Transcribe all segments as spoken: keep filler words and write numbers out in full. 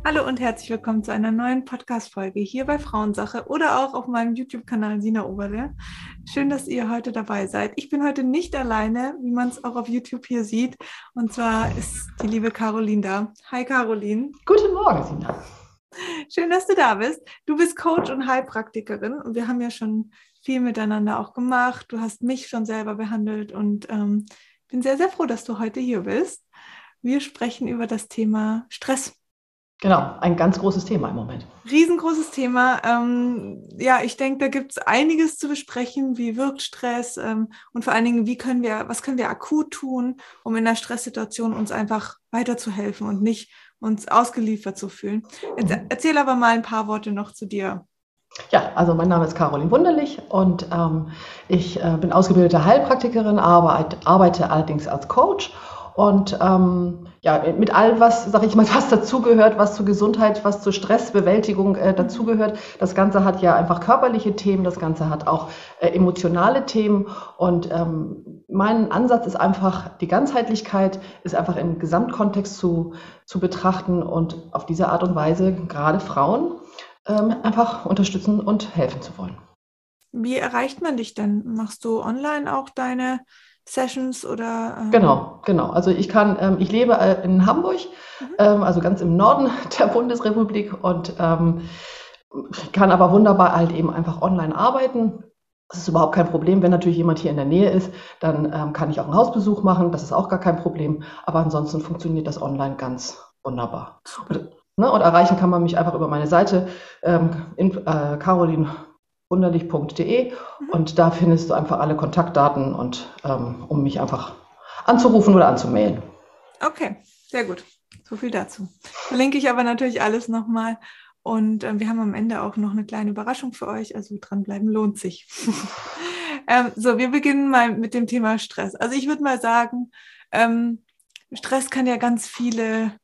Hallo und herzlich willkommen zu einer neuen Podcast-Folge hier bei Frauensache oder auch auf meinem YouTube-Kanal Sina Oberle. Schön, dass ihr heute dabei seid. Ich bin heute nicht alleine, wie man es auch auf YouTube hier sieht. Und zwar ist die liebe Caroline da. Hi Caroline. Guten Morgen, Sina. Schön, dass du da bist. Du bist Coach und Heilpraktikerin und wir haben ja schon viel miteinander auch gemacht. Du hast mich schon selber behandelt und ähm, bin sehr, sehr froh, dass du heute hier bist. Wir sprechen über das Thema Stress. Genau, ein ganz großes Thema im Moment. Riesengroßes Thema. Ähm, ja, ich denke, da gibt es einiges zu besprechen. Wie wirkt Stress? Ähm, und vor allen Dingen, wie können wir, was können wir akut tun, um in einer Stresssituation uns einfach weiterzuhelfen und nicht uns ausgeliefert zu fühlen. Jetzt Mhm. erzähl aber mal ein paar Worte noch zu dir. Ja, also mein Name ist Caroline Wunderlich und ähm, ich äh, bin ausgebildete Heilpraktikerin, arbeite, arbeite allerdings als Coach und ähm, ja, mit all was, sag ich mal, was dazugehört, was zur Gesundheit, was zur Stressbewältigung äh, dazugehört. Das Ganze hat ja einfach körperliche Themen, das Ganze hat auch äh, emotionale Themen und ähm, mein Ansatz ist einfach, die Ganzheitlichkeit ist einfach im Gesamtkontext zu, zu betrachten und auf diese Art und Weise gerade Frauen ähm, einfach unterstützen und helfen zu wollen. Wie erreicht man dich denn? Machst du online auch deine Sessions oder? Ähm Genau, genau. Also ich kann, ähm, ich lebe äh, in Hamburg, mhm. ähm, also ganz im Norden der Bundesrepublik und ähm, kann aber wunderbar halt eben einfach online arbeiten. Das ist überhaupt kein Problem. Wenn natürlich jemand hier in der Nähe ist, dann ähm, kann ich auch einen Hausbesuch machen. Das ist auch gar kein Problem. Aber ansonsten funktioniert das online ganz wunderbar. Super. Und, ne, und erreichen kann man mich einfach über meine Seite ähm, in, äh, caroline wunderlich punkt de Mhm. und da findest du einfach alle Kontaktdaten und ähm, um mich einfach anzurufen oder anzumailen. Okay, sehr gut. So viel dazu. Verlinke ich aber natürlich alles nochmal. Und äh, wir haben am Ende auch noch eine kleine Überraschung für euch. Also dranbleiben lohnt sich. ähm, so, wir beginnen mal mit dem Thema Stress. Also ich würde mal sagen, ähm, Stress kann ja ganz viele,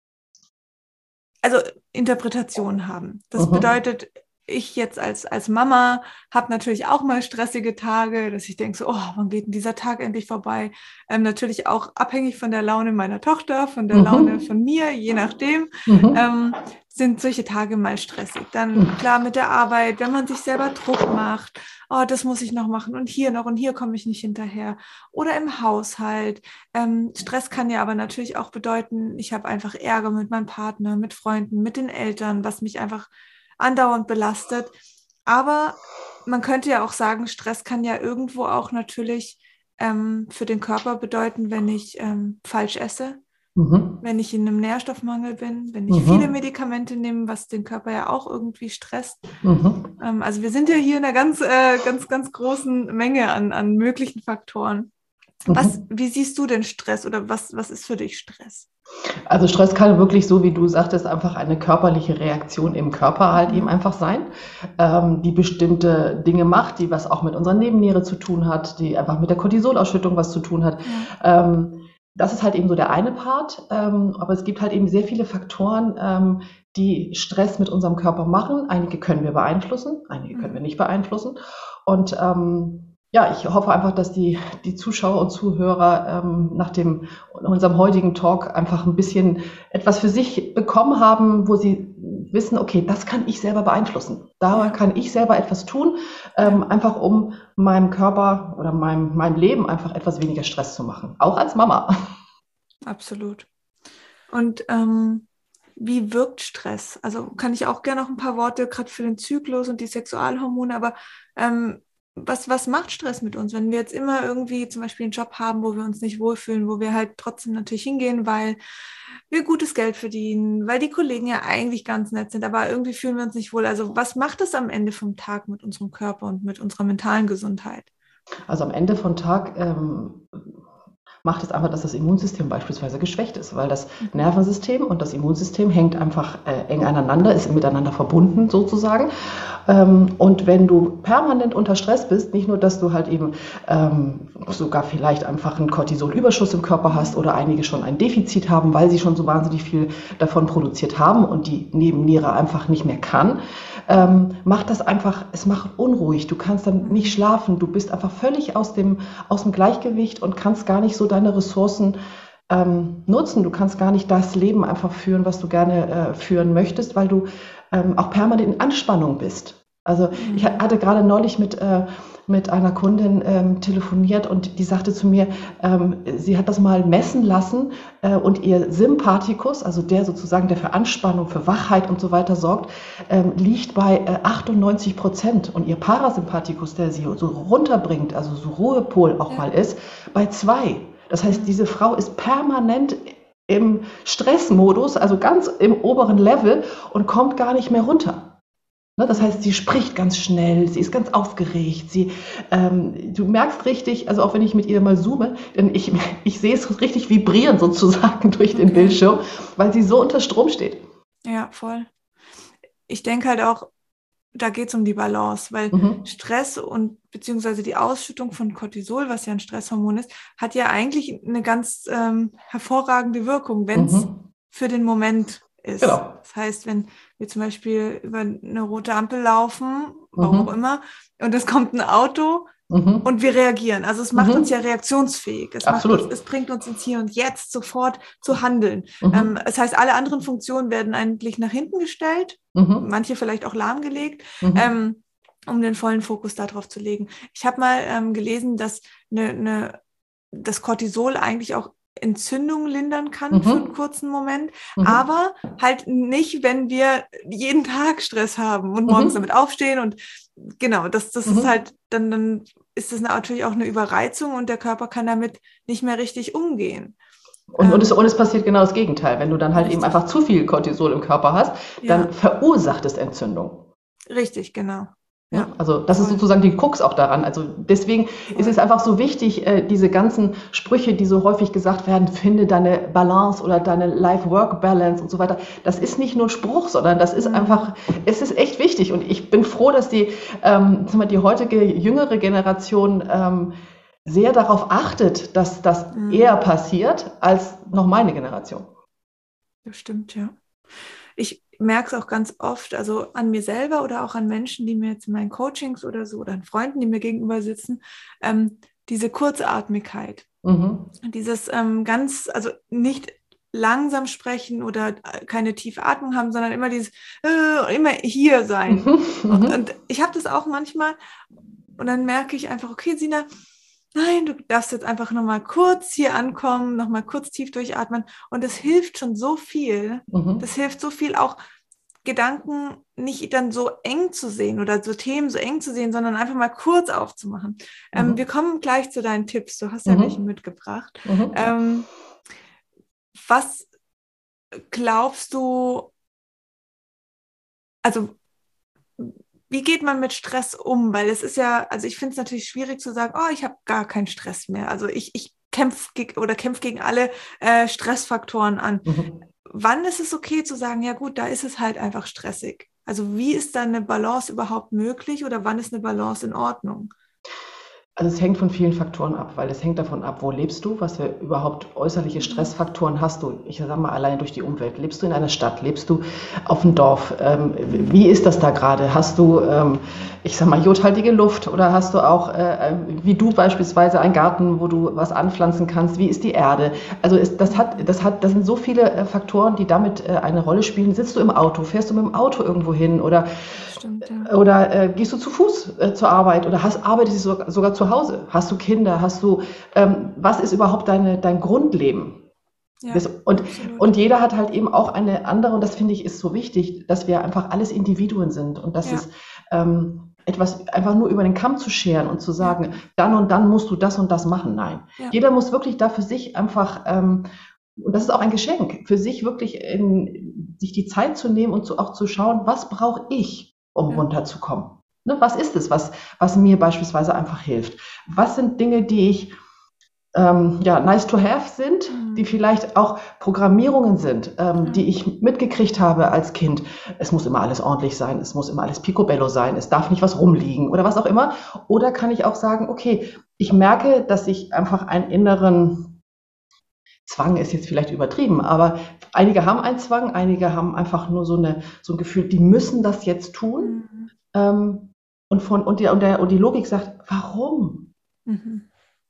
also Interpretationen haben. Das Mhm. bedeutet, ich jetzt als, als Mama habe natürlich auch mal stressige Tage, dass ich denke so, oh, wann geht denn dieser Tag endlich vorbei? Ähm, natürlich auch abhängig von der Laune meiner Tochter, von der Laune Mhm. von mir, je nachdem, Mhm. ähm, sind solche Tage mal stressig. Dann Mhm. klar mit der Arbeit, wenn man sich selber Druck macht, oh, das muss ich noch machen und hier noch und hier komme ich nicht hinterher. Oder im Haushalt. Ähm, Stress kann ja aber natürlich auch bedeuten, ich habe einfach Ärger mit meinem Partner, mit Freunden, mit den Eltern, was mich einfach andauernd belastet. Aber man könnte ja auch sagen, Stress kann ja irgendwo auch natürlich ähm, für den Körper bedeuten, wenn ich ähm, falsch esse, Mhm. wenn ich in einem Nährstoffmangel bin, wenn ich viele Mhm. Medikamente nehme, was den Körper ja auch irgendwie stresst. Mhm. Ähm, also wir sind ja hier in einer ganz, äh, ganz, ganz großen Menge an, an möglichen Faktoren. Was, Mhm. wie siehst du denn Stress oder was, was ist für dich Stress? Also Stress kann wirklich, so wie du sagtest, einfach eine körperliche Reaktion im Körper halt eben Mhm. einfach sein, ähm, die bestimmte Dinge macht, die was auch mit unserer Nebenniere zu tun hat, die einfach mit der Cortisolausschüttung was zu tun hat. Ja. Ähm, das ist halt eben so der eine Part, ähm, aber es gibt halt eben sehr viele Faktoren, ähm, die Stress mit unserem Körper machen. Einige können wir beeinflussen, einige können wir Mhm. nicht beeinflussen. Und ähm, ja, ich hoffe einfach, dass die, die Zuschauer und Zuhörer ähm, nach dem, unserem heutigen Talk einfach ein bisschen etwas für sich bekommen haben, wo sie wissen, okay, das kann ich selber beeinflussen. Da Ja, kann ich selber etwas tun, ähm, ja, einfach um meinem Körper oder meinem, meinem Leben einfach etwas weniger Stress zu machen. Auch als Mama. absolut. Und ähm, wie wirkt Stress? Also kann ich auch gerne noch ein paar Worte gerade für den Zyklus und die Sexualhormone, aber ähm, was, was macht Stress mit uns, wenn wir jetzt immer irgendwie zum Beispiel einen Job haben, wo wir uns nicht wohlfühlen, wo wir halt trotzdem natürlich hingehen, weil wir gutes Geld verdienen, weil die Kollegen ja eigentlich ganz nett sind, aber irgendwie fühlen wir uns nicht wohl. Also was macht es am Ende vom Tag mit unserem Körper und mit unserer mentalen Gesundheit? Also am Ende von Tag ähm, macht es einfach, dass das Immunsystem beispielsweise geschwächt ist, weil das Mhm. Nervensystem und das Immunsystem hängt einfach äh, eng aneinander, ist miteinander verbunden sozusagen. Ähm, und wenn du permanent unter Stress bist, nicht nur, dass du halt eben ähm, sogar vielleicht einfach einen Cortisolüberschuss im Körper hast oder einige schon ein Defizit haben, weil sie schon so wahnsinnig viel davon produziert haben und die Nebenniere einfach nicht mehr kann, ähm, macht das einfach, es macht unruhig. Du kannst dann nicht Mhm. schlafen, du bist einfach völlig aus dem, aus dem Gleichgewicht und kannst gar nicht so deine Ressourcen ähm, nutzen. Du kannst gar nicht das Leben einfach führen, was du gerne äh, führen möchtest, weil du ähm, auch permanent in Anspannung bist. Also ich Mhm. hatte gerade neulich mit, äh, mit einer Kundin ähm, telefoniert und die sagte zu mir, ähm, sie hat das mal messen lassen äh, und ihr Sympathikus, also der sozusagen, der für Anspannung, für Wachheit und so weiter sorgt, ähm, liegt bei äh, achtundneunzig Prozent und ihr Parasympathikus, der sie so runterbringt, also so Ruhepol auch Ja. mal ist, bei zwei. Das heißt, Mhm. diese Frau ist permanent im Stressmodus, also ganz im oberen Level und kommt gar nicht mehr runter. Ne, das heißt, Mhm. sie spricht ganz schnell, sie ist ganz aufgeregt, sie, ähm, du merkst richtig, also auch wenn ich mit ihr mal zoome, denn ich, ich sehe es richtig vibrieren sozusagen durch den Okay. Bildschirm, weil sie so unter Strom steht. Ja, voll. Ich denke halt auch, da geht es um die Balance, weil Mhm. Stress und beziehungsweise die Ausschüttung von Cortisol, was ja ein Stresshormon ist, hat ja eigentlich eine ganz ähm, hervorragende Wirkung, wenn es Mhm. für den Moment ist. Genau. Das heißt, wenn wir zum Beispiel über eine rote Ampel laufen, warum auch Mhm. immer, und es kommt ein Auto Mhm. und wir reagieren. Also es macht uns ja Mhm. reaktionsfähig. Es macht uns, Absolut. es bringt uns ins Hier und Jetzt sofort zu handeln. Ähm, Mhm. das heißt, alle anderen Funktionen werden eigentlich nach hinten gestellt, Mhm. manche vielleicht auch lahmgelegt, Mhm. ähm, um den vollen Fokus darauf zu legen. Ich habe mal ähm, gelesen, dass eine, eine, das Cortisol eigentlich auch Entzündungen lindern kann für einen Mhm. kurzen Moment, Mhm. aber halt nicht, wenn wir jeden Tag Stress haben und morgens damit Mhm. aufstehen und genau, das, das ist Mhm. halt, dann, dann ist das natürlich auch eine Überreizung und der Körper kann damit nicht mehr richtig umgehen. Und, und, es, Ähm, und es passiert genau das Gegenteil. Wenn du dann halt eben einfach richtig. zu viel Cortisol im Körper hast, dann Ja, verursacht es Entzündung. richtig, genau. Ne? Ja, Also das ist voll, sozusagen die Krux auch daran. Also deswegen ist es voll. einfach so wichtig, äh, diese ganzen Sprüche, die so häufig gesagt werden, finde deine Balance oder deine Life-Work-Balance und so weiter. Das ist nicht nur ein Spruch, sondern das ist Mhm. einfach, es ist echt wichtig. Und ich bin froh, dass die, ähm, sagen wir, die heutige jüngere Generation ähm, sehr darauf achtet, dass das eher Mhm. passiert als noch meine Generation. Das stimmt, ja. Ich merke es auch ganz oft, also an mir selber oder auch an Menschen, die mir jetzt in meinen Coachings oder so oder an Freunden, die mir gegenüber sitzen, ähm, diese Kurzatmigkeit, Mhm. dieses ähm, ganz, also nicht langsam sprechen oder äh, keine tiefe Atmung haben, sondern immer dieses, äh, immer hier sein. Mhm. Und Mhm. ich habe das auch manchmal und dann merke ich einfach, okay, Sina, nein, du darfst jetzt einfach nochmal kurz hier ankommen, nochmal kurz tief durchatmen. Und das hilft schon so viel. Das Mhm. hilft so viel, auch Gedanken nicht dann so eng zu sehen oder so Themen so eng zu sehen, sondern einfach mal kurz aufzumachen. Ähm, wir Mhm. kommen gleich zu deinen Tipps. Du hast ja welche Mhm. mitgebracht. Mhm. Ähm, was glaubst du, also wie geht man mit Stress um? Weil es ist ja, also ich finde es natürlich schwierig zu sagen, oh, ich habe gar keinen Stress mehr. Also ich, ich kämpfe geg oder kämpfe gegen alle äh, Stressfaktoren an. Mhm. Wann ist es okay zu sagen, ja gut, da ist es halt einfach stressig? Also wie ist da eine Balance überhaupt möglich oder wann ist eine Balance in Ordnung? Also es hängt von vielen Faktoren ab, weil es hängt davon ab, wo lebst du, was für überhaupt äußerliche Mhm. Stressfaktoren hast du. Ich sage mal alleine durch die Umwelt. Lebst du in einer Stadt? Lebst du auf dem Dorf? Ähm, Mhm. wie ist das da gerade? Hast du, ähm, ich sage mal, jodhaltige Luft oder hast du auch, äh, wie du beispielsweise, einen Garten, wo du was anpflanzen kannst? Wie ist die Erde? Also es, das hat, Mhm. das hat, das sind so viele äh, Faktoren, die damit äh, eine Rolle spielen. Sitzt du im Auto? Fährst du mit dem Auto irgendwo hin? Oder Das stimmt, ja. oder äh, gehst du zu Fuß äh, zur Arbeit oder hast, arbeitest du sogar, sogar zu Hause? Hast du Kinder? Hast du, ähm, was ist überhaupt deine, dein Grundleben? Das, Ja, und, absolut. und jeder hat halt eben auch eine andere, und das finde ich ist so wichtig, dass wir einfach alles Individuen sind und dass Ja, es ähm, etwas einfach nur über den Kamm zu scheren und zu ja, sagen, dann und dann musst du das und das machen. Nein. ja, Jeder muss wirklich da für sich einfach, ähm, und das ist auch ein Geschenk, für sich wirklich in, sich die Zeit zu nehmen und zu, auch zu schauen, was brauche ich, um ja. runterzukommen. Ne, was ist es, was, was mir beispielsweise einfach hilft? Was sind Dinge, die ich ähm, ja, nice to have sind, die Mhm. vielleicht auch Programmierungen sind, ähm, Ja, die ich mitgekriegt habe als Kind. Es muss immer alles ordentlich sein, es muss immer alles picobello sein, es darf nicht was rumliegen oder was auch immer. Oder kann ich auch sagen, okay, ich merke, dass ich einfach einen inneren Zwang ist jetzt vielleicht übertrieben, aber einige haben einen Zwang, einige haben einfach nur so, eine, so ein Gefühl, die müssen das jetzt tun. mhm. Ähm, und, von, und, die, und, der, und die Logik sagt, warum? Mhm.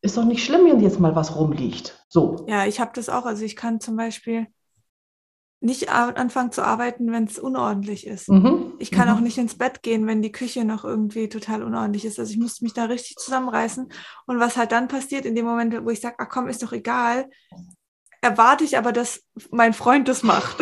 ist doch nicht schlimm, wenn jetzt mal was rumliegt. So. Ja, ich habe das auch. Also ich kann zum Beispiel nicht ar- anfangen zu arbeiten, wenn es unordentlich ist. Mhm. Ich kann auch Mhm. nicht ins Bett gehen, wenn die Küche noch irgendwie total unordentlich ist. Also ich musste mich da richtig zusammenreißen. Und was halt dann passiert in dem Moment, wo ich sage, ach komm, ist doch egal, erwarte ich aber, dass mein Freund das macht.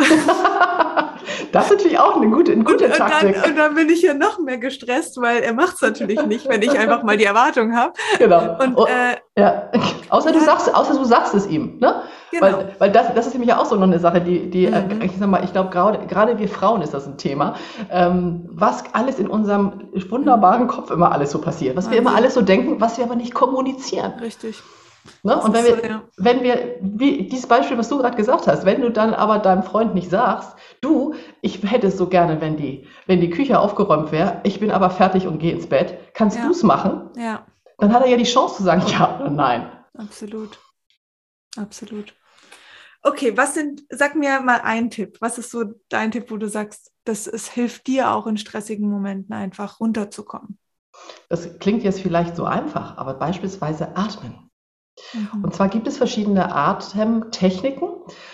Das ist natürlich auch eine gute, eine Und, gute und, dann, Taktik. und dann bin ich ja noch mehr gestresst, weil er macht es natürlich nicht, wenn ich einfach mal die Erwartung habe. Genau. Und Oh, äh, ja. Außer du ja, sagst, außer du sagst es ihm, ne? genau. Weil, weil das, das ist nämlich auch so noch eine Sache, die, die äh, Mhm. ich sag mal, ich glaube, gerade, gerade wir Frauen ist das ein Thema, ähm, was alles in unserem wunderbaren Kopf immer alles so passiert, was wir immer Wahnsinn. alles so denken, was wir aber nicht kommunizieren. Richtig. Ne? Das Und wenn ist so, wir, ja. wenn wir, wie dieses Beispiel, was du gerade gesagt hast, wenn du dann aber deinem Freund nicht sagst, du, ich hätte es so gerne, wenn die, wenn die Küche aufgeräumt wäre, ich bin aber fertig und gehe ins Bett, kannst du Ja, es machen? ja, Dann hat er ja die Chance zu sagen, ja oder nein. absolut. Absolut. Okay, was sind, sag mir mal einen Tipp. Was ist so dein Tipp, wo du sagst, dass es hilft dir auch in stressigen Momenten einfach runterzukommen? Das klingt jetzt vielleicht so einfach, aber beispielsweise atmen. Und Mhm. zwar gibt es verschiedene Atemtechniken,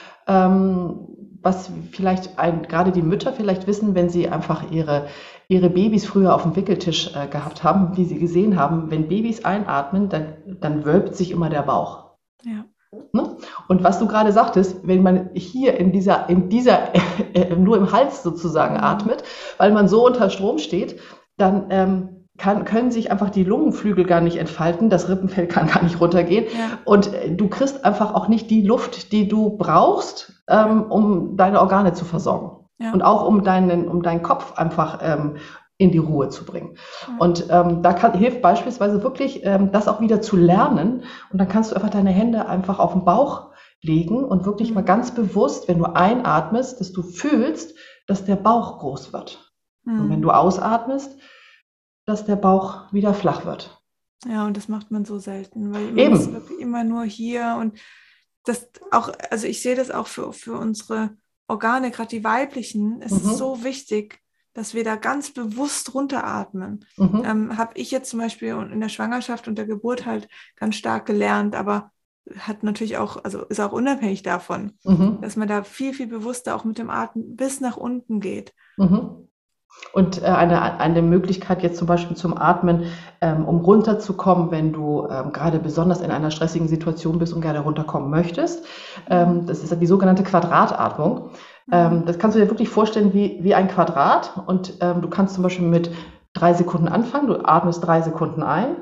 ähm, was vielleicht ein, gerade die Mütter vielleicht wissen, wenn sie einfach ihre, ihre Babys früher auf dem Wickeltisch äh, gehabt haben, wie sie gesehen haben, wenn Babys einatmen, dann, dann wölbt sich immer der Bauch. Ja. Ne? Und was du gerade sagtest, wenn man hier in dieser, in dieser äh, nur im Hals sozusagen Mhm. atmet, weil man so unter Strom steht, dann ähm, kann, können sich einfach die Lungenflügel gar nicht entfalten, das Rippenfell kann gar nicht runtergehen Ja. und äh, du kriegst einfach auch nicht die Luft, die du brauchst, ähm, um deine Organe zu versorgen. Ja. Und auch um deinen, um deinen Kopf einfach ähm, in die Ruhe zu bringen. Ja. Und ähm, da kann, hilft beispielsweise wirklich, ähm, das auch wieder zu lernen. Und dann kannst du einfach deine Hände einfach auf den Bauch legen und wirklich Mhm. mal ganz bewusst, wenn du einatmest, dass du fühlst, dass der Bauch groß wird. Mhm. Und wenn du ausatmest, dass der Bauch wieder flach wird. Ja, und das macht man so selten, weil man Eben. ist wirklich immer nur hier und das auch, also ich sehe das auch für, für unsere Organe, gerade die weiblichen, es Mhm. ist so wichtig, dass wir da ganz bewusst runteratmen. Mhm. Ähm, habe ich jetzt zum Beispiel in der Schwangerschaft und der Geburt halt ganz stark gelernt, aber hat natürlich auch, also ist auch unabhängig davon, Mhm. dass man da viel, viel bewusster auch mit dem Atmen bis nach unten geht. Mhm. Und äh, eine, eine Möglichkeit jetzt zum Beispiel zum Atmen, ähm, um runterzukommen, wenn du ähm, gerade besonders in einer stressigen Situation bist und gerne runterkommen möchtest, ähm, das ist die sogenannte Quadratatmung. Ähm, das kannst du dir wirklich vorstellen wie, wie ein Quadrat und ähm, du kannst zum Beispiel mit drei Sekunden anfangen, du atmest drei Sekunden ein,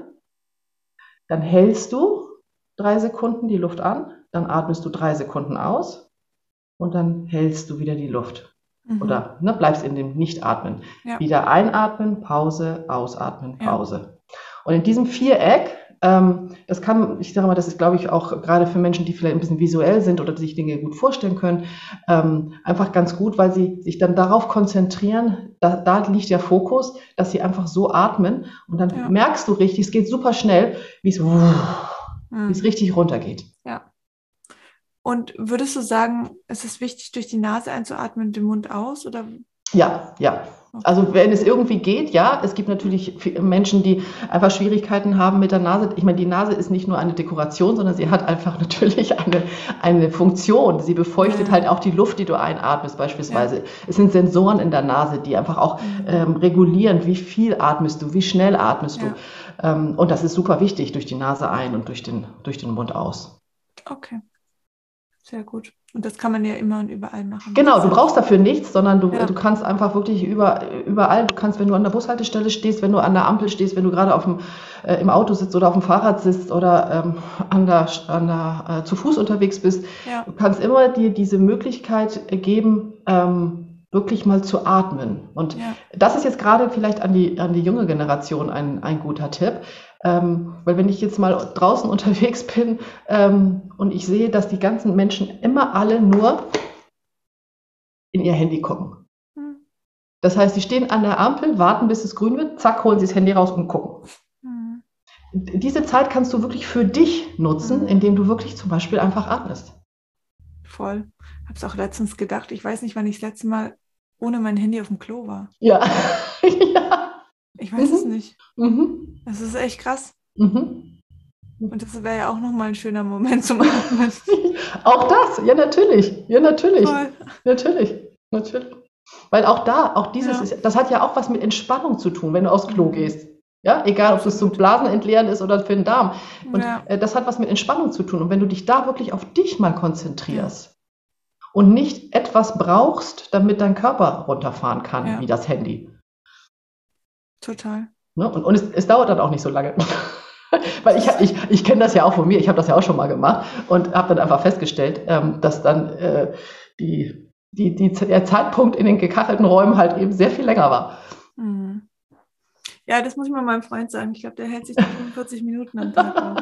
dann hältst du drei Sekunden die Luft an, dann atmest du drei Sekunden aus und dann hältst du wieder die Luft. Mhm. Oder ne, bleibst in dem Nicht-Atmen. Ja. Wieder einatmen, Pause, ausatmen, Ja. Pause. Und in diesem Viereck, ähm, das kann, ich sage mal, das ist, glaube ich, auch gerade für Menschen, die vielleicht ein bisschen visuell sind oder sich Dinge gut vorstellen können, ähm, einfach ganz gut, weil sie sich dann darauf konzentrieren, da, da liegt der Fokus, dass sie einfach so atmen und dann Ja. merkst du richtig, es geht super schnell, wie es, wie es Mhm. richtig runtergeht. Ja. Und würdest du sagen, es ist wichtig, durch die Nase einzuatmen und den Mund aus? Oder? Ja, ja. Okay. Also wenn es irgendwie geht, ja. Es gibt natürlich viele Menschen, die einfach Schwierigkeiten haben mit der Nase. Ich meine, die Nase ist nicht nur eine Dekoration, sondern sie hat einfach natürlich eine, eine Funktion. Sie befeuchtet Ja. halt auch die Luft, die du einatmest beispielsweise. Ja. Es sind Sensoren in der Nase, die einfach auch Mhm. ähm, regulieren, wie viel atmest du, wie schnell atmest Ja. du. Ähm, und das ist super wichtig, durch die Nase ein und durch den, durch den Mund aus. Okay, sehr gut. Und das kann man ja immer und überall machen. Genau, du brauchst dafür nichts, sondern du, Ja. du kannst einfach wirklich über, überall, du kannst, wenn du an der Bushaltestelle stehst, wenn du an der Ampel stehst, wenn du gerade auf dem, äh, im Auto sitzt oder auf dem Fahrrad sitzt oder ähm, an der, an der, äh, zu Fuß unterwegs bist, Ja. du kannst immer dir diese Möglichkeit geben, ähm, wirklich mal zu atmen. Und Ja. das ist jetzt gerade vielleicht an die, an die junge Generation ein, ein guter Tipp. Ähm, weil wenn ich jetzt mal draußen unterwegs bin ähm, und ich sehe, dass die ganzen Menschen immer alle nur in ihr Handy gucken. Mhm. Das heißt, sie stehen an der Ampel, warten, bis es grün wird, zack, holen sie das Handy raus und gucken. Mhm. Diese Zeit kannst du wirklich für dich nutzen, Mhm. indem du wirklich zum Beispiel einfach atmest. Voll. Ich habe es auch letztens gedacht. Ich weiß nicht, wann ich das letzte Mal ohne mein Handy auf dem Klo war. Ja. Ja. Ich weiß Mhm. es nicht. Mhm. Das ist echt krass. Mhm. Und das wäre ja auch nochmal ein schöner Moment zum Atmen. Auch das, ja natürlich, ja natürlich, Voll. natürlich, natürlich. Weil auch da, auch dieses Ja. ist, das hat ja auch was mit Entspannung zu tun, wenn du aufs Klo Mhm. gehst. Ja, egal, ob das zum Absolut. Blasen entleeren ist oder für den Darm. Und Ja, äh, das hat was mit Entspannung zu tun. Und wenn du dich da wirklich auf dich mal ja, konzentrierst und nicht etwas brauchst, damit dein Körper runterfahren kann, wie ja, das Handy. total. Ne? Und, und es, es dauert dann auch nicht so lange. Weil ich, Das, ich, ich kenne das ja auch von mir, ich habe das ja auch schon mal gemacht und habe dann einfach festgestellt, ähm, dass dann äh, die, die, die, der Zeitpunkt in den gekachelten Räumen halt eben sehr viel länger war. mhm. Ja, das muss ich mal meinem Freund sagen. Ich glaube, der hält sich die fünfundvierzig Minuten am Tag aus.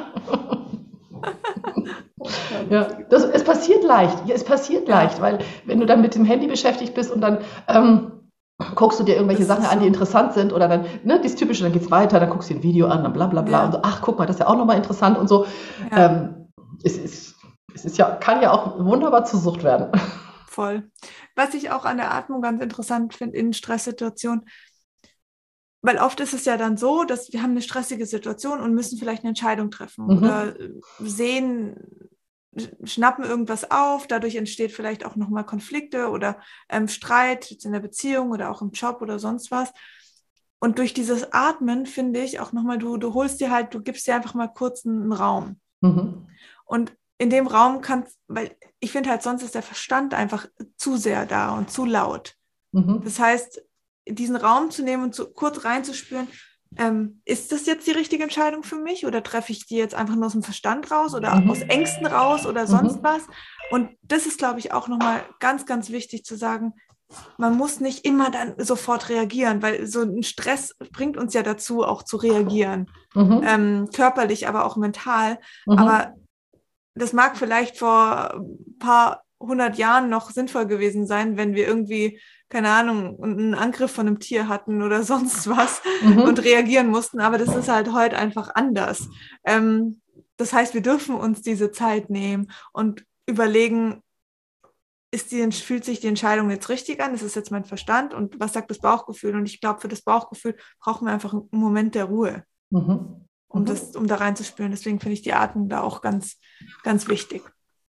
Oh, total Ja, witzig. das, es passiert leicht, ja, es passiert Ja, leicht, weil wenn du dann mit dem Handy beschäftigt bist und dann ähm, guckst du dir irgendwelche das Sachen ist an, die so. interessant sind oder dann, ne, das Typische, dann geht's weiter, dann guckst du dir ein Video an, dann bla bla bla und so, Ja, ach guck mal, das ist ja auch nochmal interessant und so. ja, Ähm, es ist, es ist ja, kann ja auch wunderbar zur Sucht werden. voll. Was ich auch an der Atmung ganz interessant finde in Stresssituationen, weil oft ist es ja dann so, dass wir haben eine stressige Situation und müssen vielleicht eine Entscheidung treffen Mhm. oder sehen, schnappen irgendwas auf, dadurch entsteht vielleicht auch nochmal Konflikte oder ähm, Streit jetzt in der Beziehung oder auch im Job oder sonst was. Und durch dieses Atmen finde ich auch nochmal, du, du holst dir halt, du gibst dir einfach mal kurz einen Raum. Mhm. Und in dem Raum kannst, weil ich finde halt, sonst ist der Verstand einfach zu sehr da und zu laut. Mhm. Das heißt, diesen Raum zu nehmen und so kurz reinzuspüren, ähm, ist das jetzt die richtige Entscheidung für mich oder treffe ich die jetzt einfach nur aus dem Verstand raus oder aus Mhm. Ängsten raus oder sonst Mhm. was? Und das ist, glaube ich, auch nochmal ganz, ganz wichtig zu sagen, man muss nicht immer dann sofort reagieren, weil so ein Stress bringt uns ja dazu, auch zu reagieren, Mhm. ähm, körperlich, aber auch mental. Aber Mhm. das mag vielleicht vor ein paar hundert Jahren noch sinnvoll gewesen sein, wenn wir irgendwie, keine Ahnung, einen Angriff von einem Tier hatten oder sonst was und Mhm. reagieren mussten, aber das ist halt heute einfach anders. Ähm, das heißt, wir dürfen uns diese Zeit nehmen und überlegen, ist die, fühlt sich die Entscheidung jetzt richtig an? Ist es jetzt mein Verstand? Und was sagt das Bauchgefühl? Und ich glaube, für das Bauchgefühl brauchen wir einfach einen Moment der Ruhe, Mhm. um Mhm. das, um da reinzuspüren. Deswegen finde ich die Atmung da auch ganz, ganz wichtig.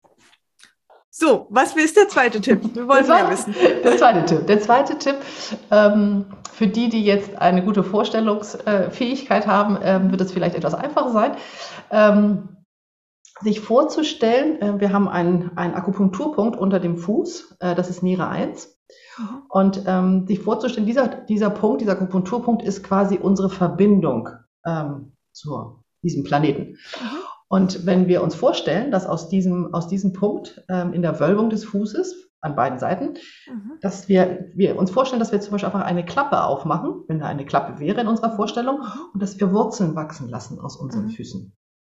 So, was ist der zweite Tipp? Wir Der wollen mehr zweite, wissen. der zweite Tipp. Der zweite Tipp, ähm, für die, die jetzt eine gute Vorstellungsfähigkeit haben, ähm, wird es vielleicht etwas einfacher sein. Ähm, sich vorzustellen, äh, wir haben einen, einen Akupunkturpunkt unter dem Fuß, äh, das ist Niere eins. Mhm. Und ähm, sich vorzustellen, dieser, dieser Punkt, dieser Akupunkturpunkt ist quasi unsere Verbindung ähm, zu diesem Planeten. Mhm. Und wenn wir uns vorstellen, dass aus diesem, aus diesem Punkt ähm, in der Wölbung des Fußes an beiden Seiten, Mhm. dass wir, wir uns vorstellen, dass wir zum Beispiel einfach eine Klappe aufmachen, wenn da eine Klappe wäre in unserer Mhm. Vorstellung, Mhm. und dass wir Wurzeln wachsen lassen aus unseren Mhm. Füßen.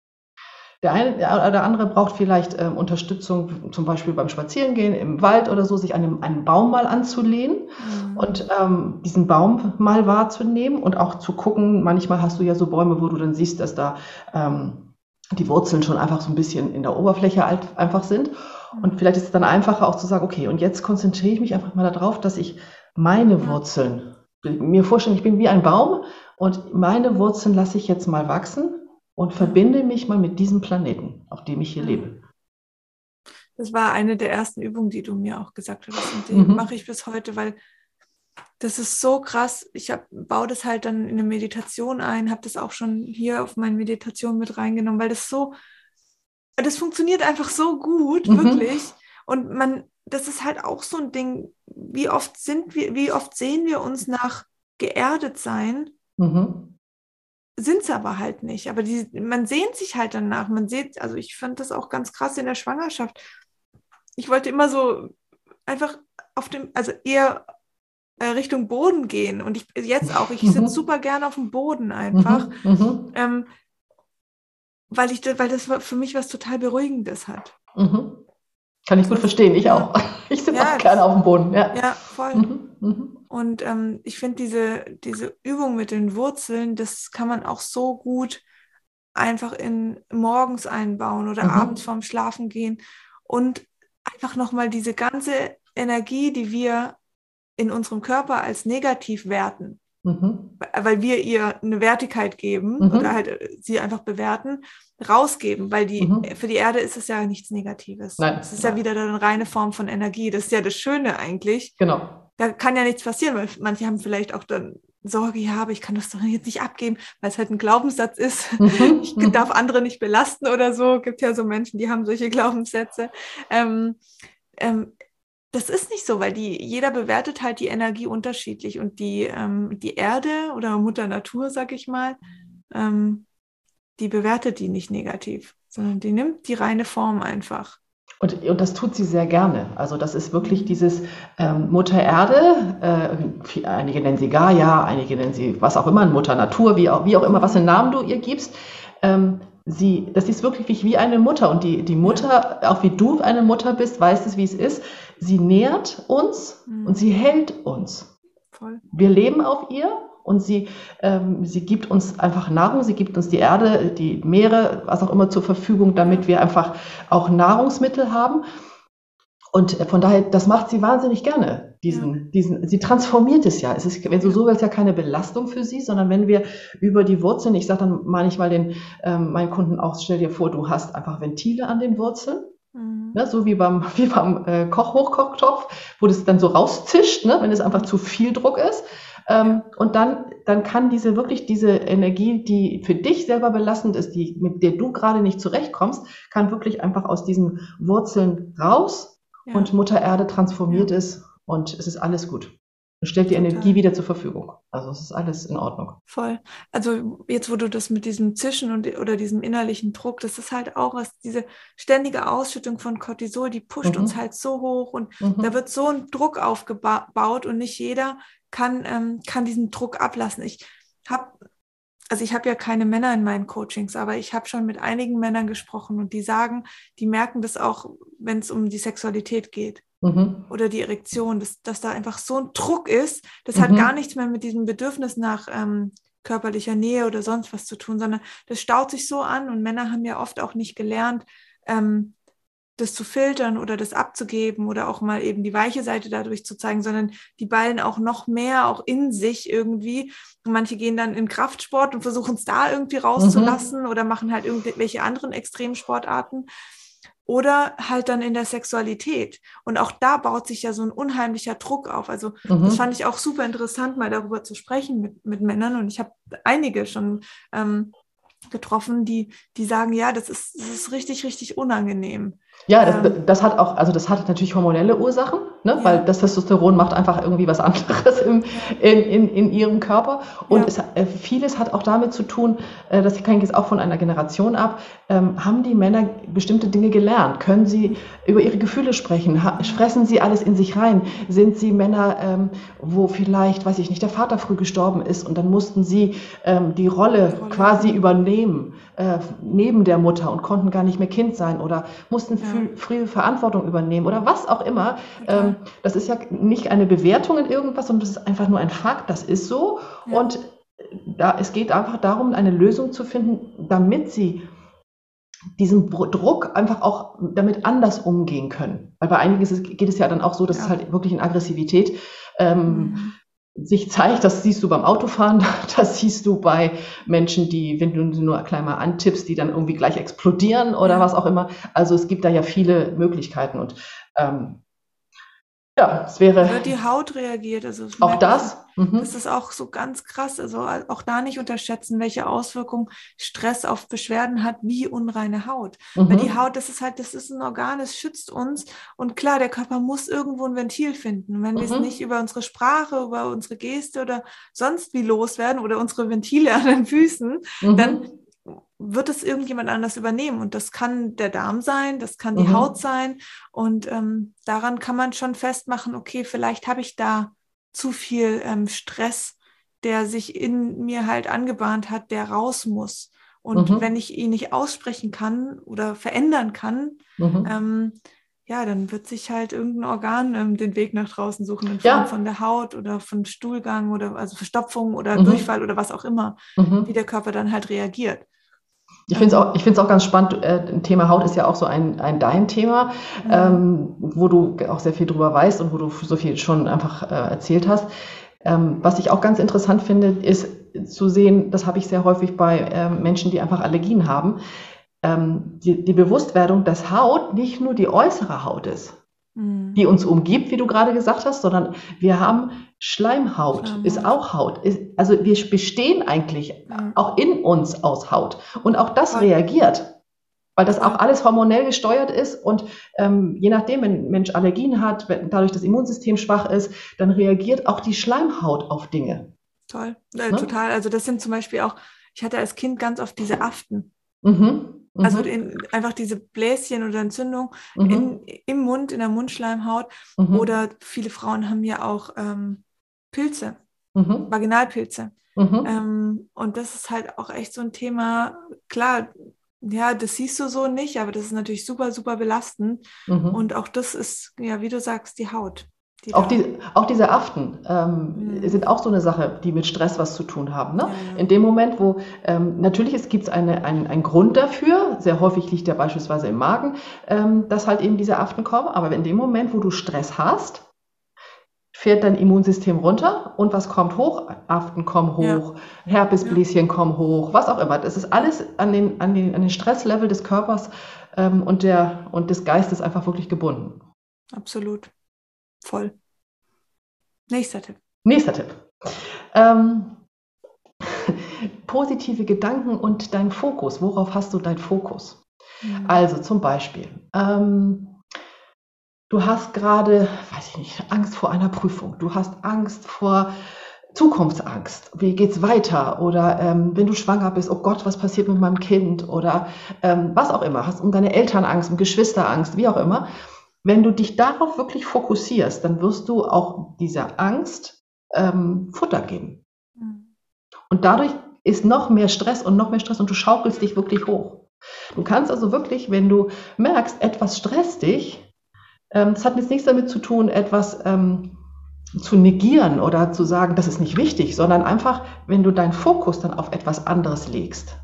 Der eine oder andere braucht vielleicht ähm, Unterstützung, zum Beispiel beim Spazierengehen im Wald oder so, sich an einem, einen Baum mal anzulehnen Mhm. und ähm, diesen Baum mal wahrzunehmen und auch zu gucken. Manchmal hast du ja so Bäume, wo du dann siehst, dass da ähm, die Wurzeln schon einfach so ein bisschen in der Oberfläche alt, einfach sind. Und Mhm. vielleicht ist es dann einfacher auch zu sagen, okay, und jetzt konzentriere ich mich einfach mal darauf, dass ich meine Ja. Wurzeln, mir vorstellen, ich bin wie ein Baum und meine Wurzeln lasse ich jetzt mal wachsen und Ja. verbinde mich mal mit diesem Planeten, auf dem ich hier Ja. lebe. Das war eine der ersten Übungen, die du mir auch gesagt hattest. Und die mache Mhm. ich bis heute, weil das ist so krass. Ich hab, baue das halt dann in eine Meditation ein, habe das auch schon hier auf meine Meditation mit reingenommen, weil das so, das funktioniert einfach so gut, Mhm. wirklich. Und man, das ist halt auch so ein Ding, wie oft sind wir, wie oft sehen wir uns nach geerdet sein, Mhm. sind es aber halt nicht. Aber die, man sehnt sich halt danach. Man sieht, also ich fand das auch ganz krass in der Schwangerschaft. Ich wollte immer so einfach auf dem, also eher äh, Richtung Boden gehen. Und ich jetzt auch, ich sitze Mhm. super gerne auf dem Boden einfach, Mhm. Mhm. ähm, weil ich, weil das für mich was total Beruhigendes hat. Mhm. Kann ich gut Sonst, verstehen, ich ja, auch. Ich sitze auch ja, gerne das, auf dem Boden, ja. ja, voll. Mhm. Mhm. Und ähm, ich finde diese, diese Übung mit den Wurzeln, das kann man auch so gut einfach in morgens einbauen oder abends Mhm. vorm Schlafen gehen und einfach nochmal diese ganze Energie, die wir in unserem Körper als negativ werten. Mhm. weil wir ihr eine Wertigkeit geben Mhm. oder halt sie einfach bewerten, rausgeben, weil die, Mhm. für die Erde ist es ja nichts Negatives. Nein, Es ist ja nein. wieder eine reine Form von Energie. Das ist ja das Schöne eigentlich. Genau. Da kann ja nichts passieren, weil manche haben vielleicht auch dann Sorge, ja, aber ich kann das doch jetzt nicht abgeben, weil es halt ein Glaubenssatz ist. Mhm. Ich Mhm. darf andere nicht belasten oder so. Gibt ja so Menschen, die haben solche Glaubenssätze. Ähm, ähm, das ist nicht so, weil die, jeder bewertet halt die Energie unterschiedlich und die, ähm, die Erde oder Mutter Natur, sag ich mal, ähm, die bewertet die nicht negativ, sondern die nimmt die reine Form einfach. Und, und das tut sie sehr gerne. Also das ist wirklich dieses ähm, Mutter Erde, äh, einige nennen sie Gaia, einige nennen sie was auch immer, Mutter Natur, wie auch, wie auch immer, was für einen Namen du ihr gibst. Ähm, sie, das ist wirklich wie eine Mutter. Und die, die Mutter, auch wie du eine Mutter bist, weiß es, wie es ist. Sie nährt uns Mhm. und sie hält uns. Voll. Wir leben auf ihr. Und sie, ähm, sie gibt uns einfach Nahrung, sie gibt uns die Erde, die Meere, was auch immer zur Verfügung, damit wir einfach auch Nahrungsmittel haben. Und von daher, das macht sie wahnsinnig gerne. Diesen, ja. diesen, sie transformiert es ja. Es ist, wenn du so willst, ja keine Belastung für sie, sondern wenn wir über die Wurzeln, ich sage dann manchmal den, ähm, meinen Kunden auch, stell dir vor, du hast einfach Ventile an den Wurzeln. Mhm. Ne, so wie beim, wie beim äh, Koch Hochkochtopf, wo das dann so rauszischt, ne, wenn es einfach zu viel Druck ist. Ähm, und dann, dann kann diese wirklich diese Energie, die für dich selber belastend ist, die, mit der du gerade nicht zurechtkommst, kann wirklich einfach aus diesen Wurzeln raus, ja. Und Mutter Erde transformiert ja. es und es ist alles gut. Und stellt die Total. Energie wieder zur Verfügung. Also es ist alles in Ordnung. Voll. Also jetzt, wo du das mit diesem Zischen und, oder diesem innerlichen Druck, das ist halt auch was, diese ständige Ausschüttung von Cortisol, die pusht mhm. uns halt so hoch und mhm. da wird so ein Druck aufgebaut und nicht jeder kann, ähm, kann diesen Druck ablassen. Ich habe Also ich habe ja keine Männer in meinen Coachings, aber ich habe schon mit einigen Männern gesprochen und die sagen, die merken das auch, wenn es um die Sexualität geht mhm. oder die Erektion, dass, dass da einfach so ein Druck ist, das mhm. hat gar nichts mehr mit diesem Bedürfnis nach ähm, körperlicher Nähe oder sonst was zu tun, sondern das staut sich so an und Männer haben ja oft auch nicht gelernt, ähm, das zu filtern oder das abzugeben oder auch mal eben die weiche Seite dadurch zu zeigen, sondern die ballen auch noch mehr auch in sich irgendwie. Und manche gehen dann in Kraftsport und versuchen es da irgendwie rauszulassen mhm. oder machen halt irgendwelche anderen Extremsportarten oder halt dann in der Sexualität. Und auch da baut sich ja so ein unheimlicher Druck auf. Also mhm. das fand ich auch super interessant, mal darüber zu sprechen mit, mit Männern. Und ich habe einige schon ähm, getroffen, die, die sagen, ja, das ist, das ist richtig, richtig unangenehm. Ja, das, ähm, das hat auch, also das hat natürlich hormonelle Ursachen, ne? Ja. Weil das Testosteron macht einfach irgendwie was anderes im, in, in, in ihrem Körper. Und ja. es, äh, vieles hat auch damit zu tun, äh, das hängt jetzt auch von einer Generation ab, ähm, haben die Männer bestimmte Dinge gelernt? Können sie über ihre Gefühle sprechen? Ha, fressen sie alles in sich rein? Sind sie Männer, ähm, wo vielleicht, weiß ich nicht, der Vater früh gestorben ist und dann mussten sie ähm, die Rolle, Rolle quasi ja. übernehmen, äh, neben der Mutter und konnten gar nicht mehr Kind sein oder mussten ja. früh, früh Verantwortung übernehmen oder was auch immer. Ähm, das ist ja nicht eine Bewertung in irgendwas, sondern das ist einfach nur ein Fakt, das ist so. Ja. Und da, es geht einfach darum, eine Lösung zu finden, damit sie diesen Druck einfach auch damit anders umgehen können. Weil bei einigen ist es, geht es ja dann auch so, dass ja. es halt wirklich in Aggressivität ähm, mhm. sich zeigt. Das siehst du beim Autofahren, das siehst du bei Menschen, die, wenn du nur klein mal antippst, die dann irgendwie gleich explodieren oder ja. was auch immer. Also es gibt da ja viele Möglichkeiten und ähm, ja, es wäre... Oder die Haut reagiert. Also auch das? Mhm. Das ist auch so ganz krass. Also auch da nicht unterschätzen, welche Auswirkungen Stress auf Beschwerden hat, wie unreine Haut. Mhm. Weil die Haut, das ist halt, das ist ein Organ, es schützt uns. Und klar, der Körper muss irgendwo ein Ventil finden. Und wenn mhm. wir es nicht über unsere Sprache, über unsere Geste oder sonst wie loswerden oder unsere Ventile an den Füßen, mhm. dann wird es irgendjemand anders übernehmen. Und das kann der Darm sein, das kann die mhm. Haut sein. Und ähm, daran kann man schon festmachen, okay, vielleicht habe ich da zu viel ähm, Stress, der sich in mir halt angebahnt hat, der raus muss. Und mhm. wenn ich ihn nicht aussprechen kann oder verändern kann, mhm. ähm, ja, dann wird sich halt irgendein Organ ähm, den Weg nach draußen suchen, in Form ja. von der Haut oder von Stuhlgang oder also Verstopfung oder mhm. Durchfall oder was auch immer, mhm. wie der Körper dann halt reagiert. Ich finde es auch, ich finde es auch ganz spannend. Äh, Thema Haut ist ja auch so ein, ein dein Thema, mhm. ähm, wo du auch sehr viel drüber weißt und wo du so viel schon einfach äh, erzählt hast. Ähm, was ich auch ganz interessant finde, ist zu sehen, das habe ich sehr häufig bei ähm, Menschen, die einfach Allergien haben, ähm, die, die Bewusstwerdung, dass Haut nicht nur die äußere Haut ist, Mhm. die uns umgibt, wie du gerade gesagt hast, sondern wir haben Schleimhaut, Schleimhaut. ist auch Haut. Ist, also wir bestehen eigentlich Ja. auch in uns aus Haut. Und auch das Voll. reagiert, weil das Voll. auch alles hormonell gesteuert ist. Und ähm, je nachdem, wenn ein Mensch Allergien hat, wenn dadurch das Immunsystem schwach ist, dann reagiert auch die Schleimhaut auf Dinge. Toll, äh, Ne? total. Also das sind zum Beispiel auch, ich hatte als Kind ganz oft diese Aften. Mhm. Mhm. Also in, einfach diese Bläschen oder Entzündung Mhm. in, im Mund, in der Mundschleimhaut. Mhm. Oder viele Frauen haben ja auch ähm, Pilze, Mhm. Vaginalpilze. Mhm. Ähm, und das ist halt auch echt so ein Thema, klar, ja, das siehst du so nicht, aber das ist natürlich super, super belastend. Mhm. Und auch das ist, ja, wie du sagst, die Haut. Die Auch, da, die, auch diese Aften ähm, Mhm. sind auch so eine Sache, die mit Stress was zu tun haben. Ne? Ja, ja. In dem Moment, wo ähm, natürlich es gibt eine, ein, einen Grund dafür, sehr häufig liegt der beispielsweise im Magen, ähm, dass halt eben diese Aften kommen, aber in dem Moment, wo du Stress hast, fährt dein Immunsystem runter und was kommt hoch? Aften kommen hoch, Herpesbläschen kommen hoch, was auch immer. Das ist alles an den, an den, an den Stresslevel des Körpers ähm, und, der, und des Geistes einfach wirklich gebunden. Absolut. Voll. Nächster Tipp. Nächster Tipp. Ähm, positive Gedanken und dein Fokus. Worauf hast du deinen Fokus? Mhm. Also zum Beispiel, ähm, du hast gerade, weiß ich nicht, Angst vor einer Prüfung. Du hast Angst vor Zukunftsangst. Wie geht's weiter? Oder ähm, wenn du schwanger bist, oh Gott, was passiert mit meinem Kind? Oder ähm, was auch immer. Hast um deine Eltern Angst, um Geschwisterangst, wie auch immer. Wenn du dich darauf wirklich fokussierst, dann wirst du auch dieser Angst ähm, Futter geben. Mhm. Und dadurch ist noch mehr Stress und noch mehr Stress und du schaukelst dich wirklich hoch. Du kannst also wirklich, wenn du merkst, etwas stresst dich, ähm, das hat jetzt nichts damit zu tun, etwas ähm, zu negieren oder zu sagen, das ist nicht wichtig, sondern einfach, wenn du deinen Fokus dann auf etwas anderes legst,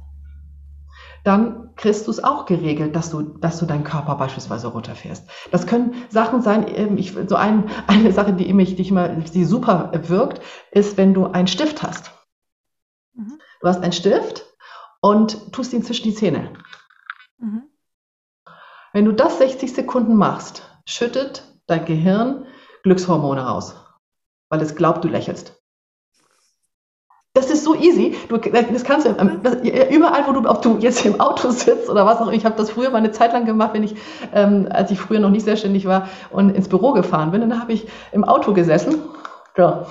dann kriegst du es auch geregelt, dass du, dass du deinen Körper beispielsweise runterfährst. Das können Sachen sein, ähm, ich, so ein, eine Sache, die mich, die, ich mal, die super wirkt, ist, wenn du einen Stift hast. Mhm. Du hast einen Stift und tust ihn zwischen die Zähne. Mhm. Wenn du das sechzig Sekunden machst, schüttet dein Gehirn Glückshormone raus, weil es glaubt, du lächelst. Das ist so easy. Du, das kannst du das, überall, wo du, ob du jetzt im Auto sitzt oder was auch immer. Ich habe das früher mal eine Zeit lang gemacht, wenn ich, ähm, als ich früher noch nicht selbstständig war und ins Büro gefahren bin. Und dann habe ich im Auto gesessen. Ja.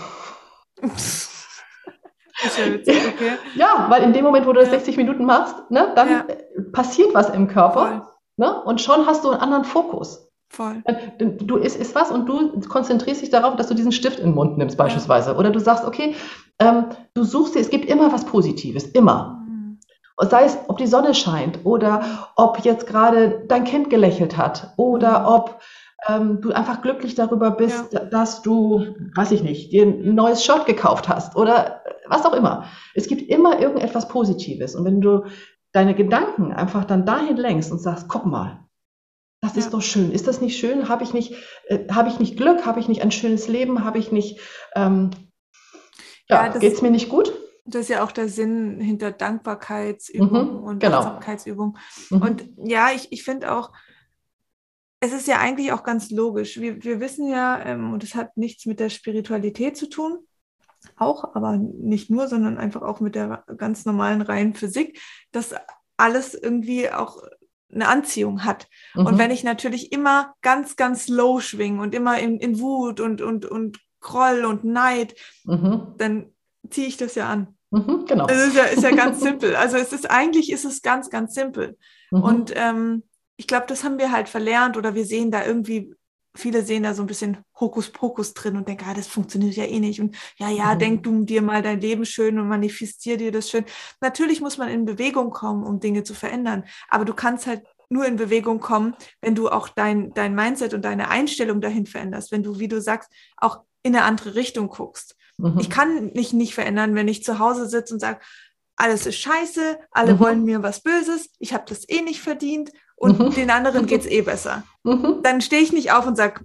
Ist ja witzig, okay. Ja, weil in dem Moment, wo du das Ja. sechzig Minuten machst, ne, dann Ja. passiert was im Körper. Voll. Ne, und schon hast du einen anderen Fokus. Voll. Du isst, isst was und du konzentrierst dich darauf, dass du diesen Stift in den Mund nimmst beispielsweise. Ja. Oder du sagst, okay, ähm, du suchst dir, es gibt immer was Positives, immer. Mhm. Sei es, ob die Sonne scheint oder ob jetzt gerade dein Kind gelächelt hat oder mhm. ob ähm, du einfach glücklich darüber bist, ja. dass du, weiß ich nicht, dir ein neues Shirt gekauft hast oder was auch immer. Es gibt immer irgendetwas Positives. Und wenn du deine Gedanken einfach dann dahin lenkst und sagst, guck mal, das ist ja. doch schön. Ist das nicht schön? Habe ich nicht, äh, habe ich nicht Glück? Habe ich nicht ein schönes Leben? Habe ich nicht, ähm, ja, ja geht es mir nicht gut? Das ist ja auch der Sinn hinter Dankbarkeitsübungen mhm, und genau. Achtsamkeitsübungen. Mhm. Und ja, ich, ich finde auch, es ist ja eigentlich auch ganz logisch. Wir, wir wissen ja, ähm, und es hat nichts mit der Spiritualität zu tun, auch, aber nicht nur, sondern einfach auch mit der ganz normalen reinen Physik, dass alles irgendwie auch eine Anziehung hat. Mhm. Und wenn ich natürlich immer ganz, ganz low schwinge und immer in, in Wut und, und, und Groll und Neid, mhm. dann ziehe ich das ja an. Mhm, genau. Das ist ja, ist ja ganz simpel. Also es ist eigentlich ist es ganz, ganz simpel. Mhm. Und ähm, ich glaube, das haben wir halt verlernt oder wir sehen da irgendwie, viele sehen da so ein bisschen Hokuspokus drin und denken, ah, das funktioniert ja eh nicht. Und ja, ja, mhm. denk du dir mal dein Leben schön und manifestier dir das schön. Natürlich muss man in Bewegung kommen, um Dinge zu verändern. Aber du kannst halt nur in Bewegung kommen, wenn du auch dein, dein Mindset und deine Einstellung dahin veränderst. Wenn du, wie du sagst, auch in eine andere Richtung guckst. Mhm. Ich kann mich nicht verändern, wenn ich zu Hause sitze und sage, alles ist scheiße, alle mhm. wollen mir was Böses, ich habe das eh nicht verdient und mhm. den anderen geht's eh besser. Mhm. Dann stehe ich nicht auf und sage,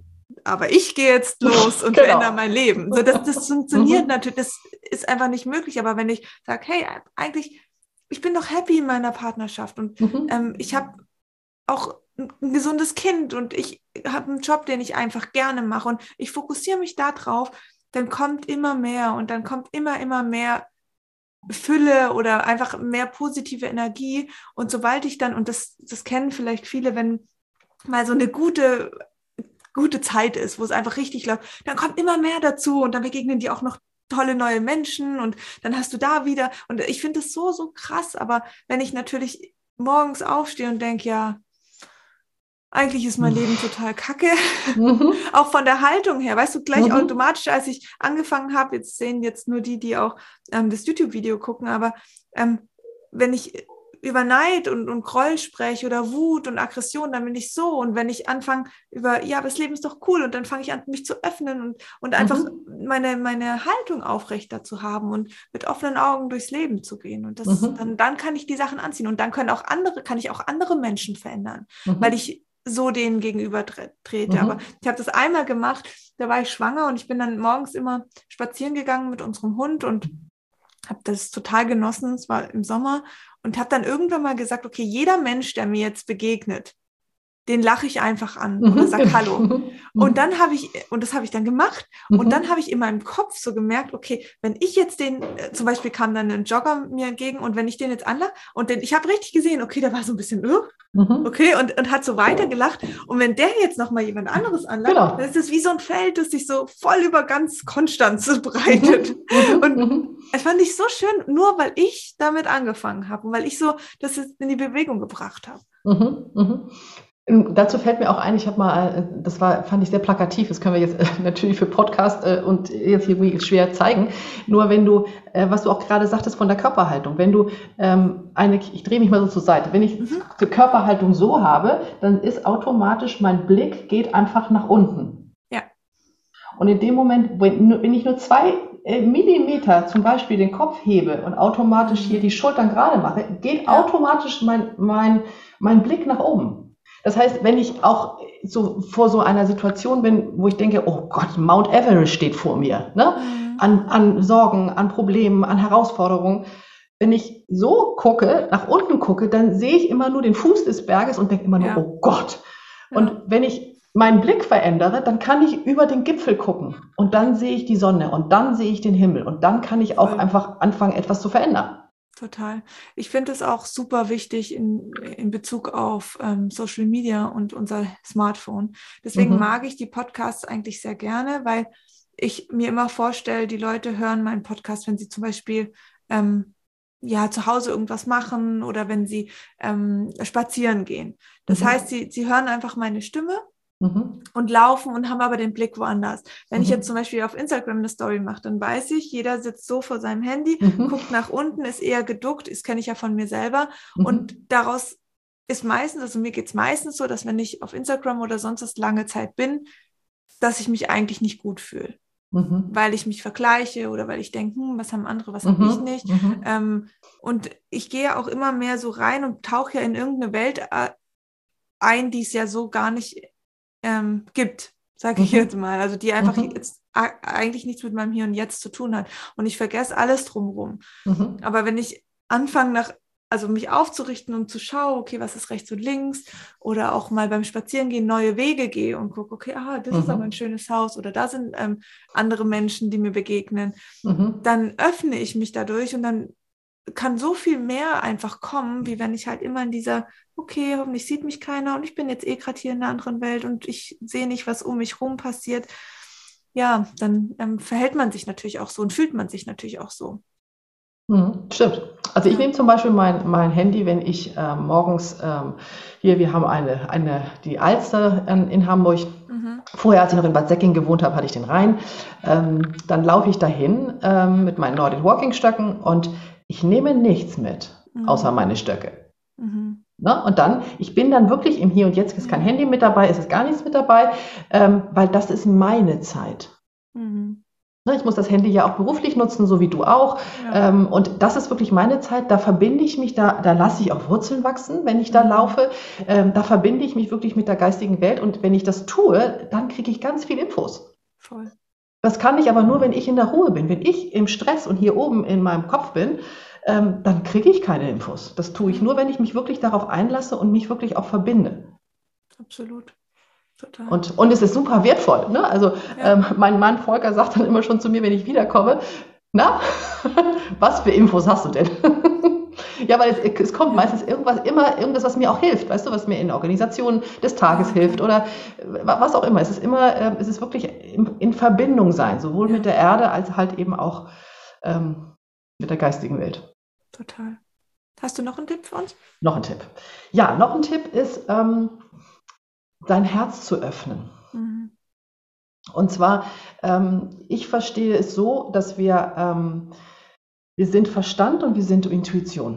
aber ich gehe jetzt los und Genau. verändere mein Leben. So, das, das funktioniert Mhm. natürlich, das ist einfach nicht möglich. Aber wenn ich sage, hey, eigentlich, ich bin doch happy in meiner Partnerschaft und Mhm. ähm, ich habe auch ein, ein gesundes Kind und ich habe einen Job, den ich einfach gerne mache und ich fokussiere mich da drauf, dann kommt immer mehr und dann kommt immer, immer mehr Fülle oder einfach mehr positive Energie. Und sobald ich dann, und das, das kennen vielleicht viele, wenn mal so eine gute, gute Zeit ist, wo es einfach richtig läuft, dann kommt immer mehr dazu und dann begegnen die auch noch tolle neue Menschen und dann hast du da wieder, und ich finde das so, so krass, aber wenn ich natürlich morgens aufstehe und denke, ja, eigentlich ist mein Leben total kacke, Mhm. auch von der Haltung her, weißt du, gleich Mhm. automatisch, als ich angefangen habe, jetzt sehen jetzt nur die, die auch ähm, das YouTube-Video gucken, aber ähm, wenn ich über Neid und, und Groll spreche oder Wut und Aggression, dann bin ich so. Und wenn ich anfange über, ja, das Leben ist doch cool, und dann fange ich an, mich zu öffnen und, und einfach Mhm. meine, meine Haltung aufrechter zu haben und mit offenen Augen durchs Leben zu gehen. Und das, Mhm. dann, dann kann ich die Sachen anziehen und dann können auch andere, kann ich auch andere Menschen verändern, weil Mhm. ich so denen gegenüber trete. Aber Mhm. ich habe das einmal gemacht, da war ich schwanger und ich bin dann morgens immer spazieren gegangen mit unserem Hund und habe das total genossen, es war im Sommer, und habe dann irgendwann mal gesagt, okay, jeder Mensch, der mir jetzt begegnet, den lache ich einfach an oder Mhm. sag Hallo. Mhm. Und dann habe ich, und das habe ich dann gemacht, und dann Mhm. habe ich in meinem Kopf so gemerkt, okay, wenn ich jetzt den, äh, zum Beispiel kam dann ein Jogger mir entgegen, und wenn ich den jetzt anlache, und den, ich habe richtig gesehen, okay, der war so ein bisschen, uh, Mhm. okay, und, und hat so weitergelacht. Und wenn der jetzt nochmal jemand anderes anlacht, Genau. dann ist es wie so ein Feld, das sich so voll über ganz Konstanz breitet. Mhm. Und Mhm. es fand ich so schön, nur weil ich damit angefangen habe und weil ich so das in die Bewegung gebracht habe. Mhm. Mhm. Ähm, Dazu fällt mir auch ein, ich habe mal, äh, das war, fand ich sehr plakativ, das können wir jetzt äh, natürlich für Podcast äh, und jetzt irgendwie schwer zeigen. Nur wenn du, äh, was du auch gerade sagtest von der Körperhaltung, wenn du ähm, eine, ich drehe mich mal so zur Seite, wenn ich Mhm. die Körperhaltung so habe, dann ist automatisch mein Blick geht einfach nach unten. Ja. Und in dem Moment, wenn, nur- wenn ich nur zwei äh, Millimeter zum Beispiel den Kopf hebe und automatisch hier die Schultern gerade mache, geht Ja. automatisch mein, mein, mein Blick nach oben. Das heißt, wenn ich auch so vor so einer Situation bin, wo ich denke, oh Gott, Mount Everest steht vor mir, ne? Mhm. An, an Sorgen, an Problemen, an Herausforderungen. Wenn ich so gucke, nach unten gucke, dann sehe ich immer nur den Fuß des Berges und denke immer nur, Ja. oh Gott. Ja. Und wenn ich meinen Blick verändere, dann kann ich über den Gipfel gucken und dann sehe ich die Sonne und dann sehe ich den Himmel und dann kann ich auch Voll. einfach anfangen, etwas zu verändern. Total. Ich finde es auch super wichtig in, in Bezug auf ähm, Social Media und unser Smartphone. Deswegen Mhm. mag ich die Podcasts eigentlich sehr gerne, weil ich mir immer vorstelle, die Leute hören meinen Podcast, wenn sie zum Beispiel ähm, ja, zu Hause irgendwas machen oder wenn sie ähm, spazieren gehen. Das Mhm. heißt, sie, sie hören einfach meine Stimme Mhm. und laufen und haben aber den Blick woanders. Wenn ich jetzt zum Mhm. Beispiel auf Instagram eine Story mache, dann weiß ich, jeder sitzt so vor seinem Handy, Mhm. guckt nach unten, ist eher geduckt, das kenne ich ja von mir selber. Und Mhm. daraus ist meistens, also mir geht es meistens so, dass wenn ich auf Instagram oder sonst was lange Zeit bin, dass ich mich eigentlich nicht gut fühle. Mhm. Weil ich mich vergleiche oder weil ich denke, hm, was haben andere, was habe ich Mhm. nicht. Mhm. Ähm, und ich gehe auch immer mehr so rein und tauche ja in irgendeine Welt äh, ein, die es ja so gar nicht ähm, gibt, sage ich jetzt Mhm. mal. Also die einfach Mhm. jetzt a- eigentlich nichts mit meinem Hier und Jetzt zu tun hat. Und ich vergesse alles drumherum. Mhm. Aber wenn ich anfange, nach, also mich aufzurichten und zu schauen, okay, was ist rechts und links, oder auch mal beim Spazierengehen neue Wege gehe und gucke, okay, ah, das ist aber ein Mhm. schönes Haus oder da sind ähm, andere Menschen, die mir begegnen, Mhm. dann öffne ich mich dadurch und dann kann so viel mehr einfach kommen, wie wenn ich halt immer in dieser, okay, hoffentlich sieht mich keiner und ich bin jetzt eh gerade hier in einer anderen Welt und ich sehe nicht, was um mich rum passiert. Ja, dann ähm, verhält man sich natürlich auch so und fühlt man sich natürlich auch so. Mhm, stimmt. Also ich Ja. nehme zum Beispiel mein, mein Handy, wenn ich ähm, morgens ähm, hier, wir haben eine, eine die Alster in, in Hamburg. Mhm. Vorher, als ich noch in Bad Säcking gewohnt habe, hatte ich den Rhein. Ähm, dann laufe ich dahin ähm, mit meinen Nordic Walking Stöcken und ich nehme nichts mit, außer Mhm. meine Stöcke. Mhm. Ne? Und dann, ich bin dann wirklich im Hier und Jetzt, ist kein Ja. Handy mit dabei, es ist gar nichts mit dabei, ähm, weil das ist meine Zeit. Mhm. Ne, ich muss das Handy ja auch beruflich nutzen, so wie du auch. Ja. Ähm, und das ist wirklich meine Zeit, da verbinde ich mich, da, da lasse ich auch Wurzeln wachsen, wenn ich da Mhm. laufe. Ähm, da verbinde ich mich wirklich mit der geistigen Welt. Und wenn ich das tue, dann kriege ich ganz viel Infos. Voll. Das kann ich aber nur, wenn ich in der Ruhe bin. Wenn ich im Stress und hier oben in meinem Kopf bin, ähm, dann kriege ich keine Infos. Das tue ich nur, wenn ich mich wirklich darauf einlasse und mich wirklich auch verbinde. Absolut. Total. Und, und es ist super wertvoll. Ne? Also Ja. ähm, mein Mann Volker sagt dann immer schon zu mir, wenn ich wiederkomme, na, was für Infos hast du denn? Ja, weil es, es kommt Ja. meistens irgendwas, immer irgendwas, was mir auch hilft, weißt du, was mir in Organisationen des Tages Ja, okay. hilft oder was auch immer. Es ist immer, äh, es ist wirklich in, in Verbindung sein, sowohl Ja. mit der Erde als halt eben auch ähm, mit der geistigen Welt. Total. Hast du noch einen Tipp für uns? Noch ein Tipp. Ja, noch ein Tipp ist, ähm, dein Herz zu öffnen. Mhm. Und zwar, ähm, ich verstehe es so, dass wir, ähm, wir sind Verstand und wir sind Intuition.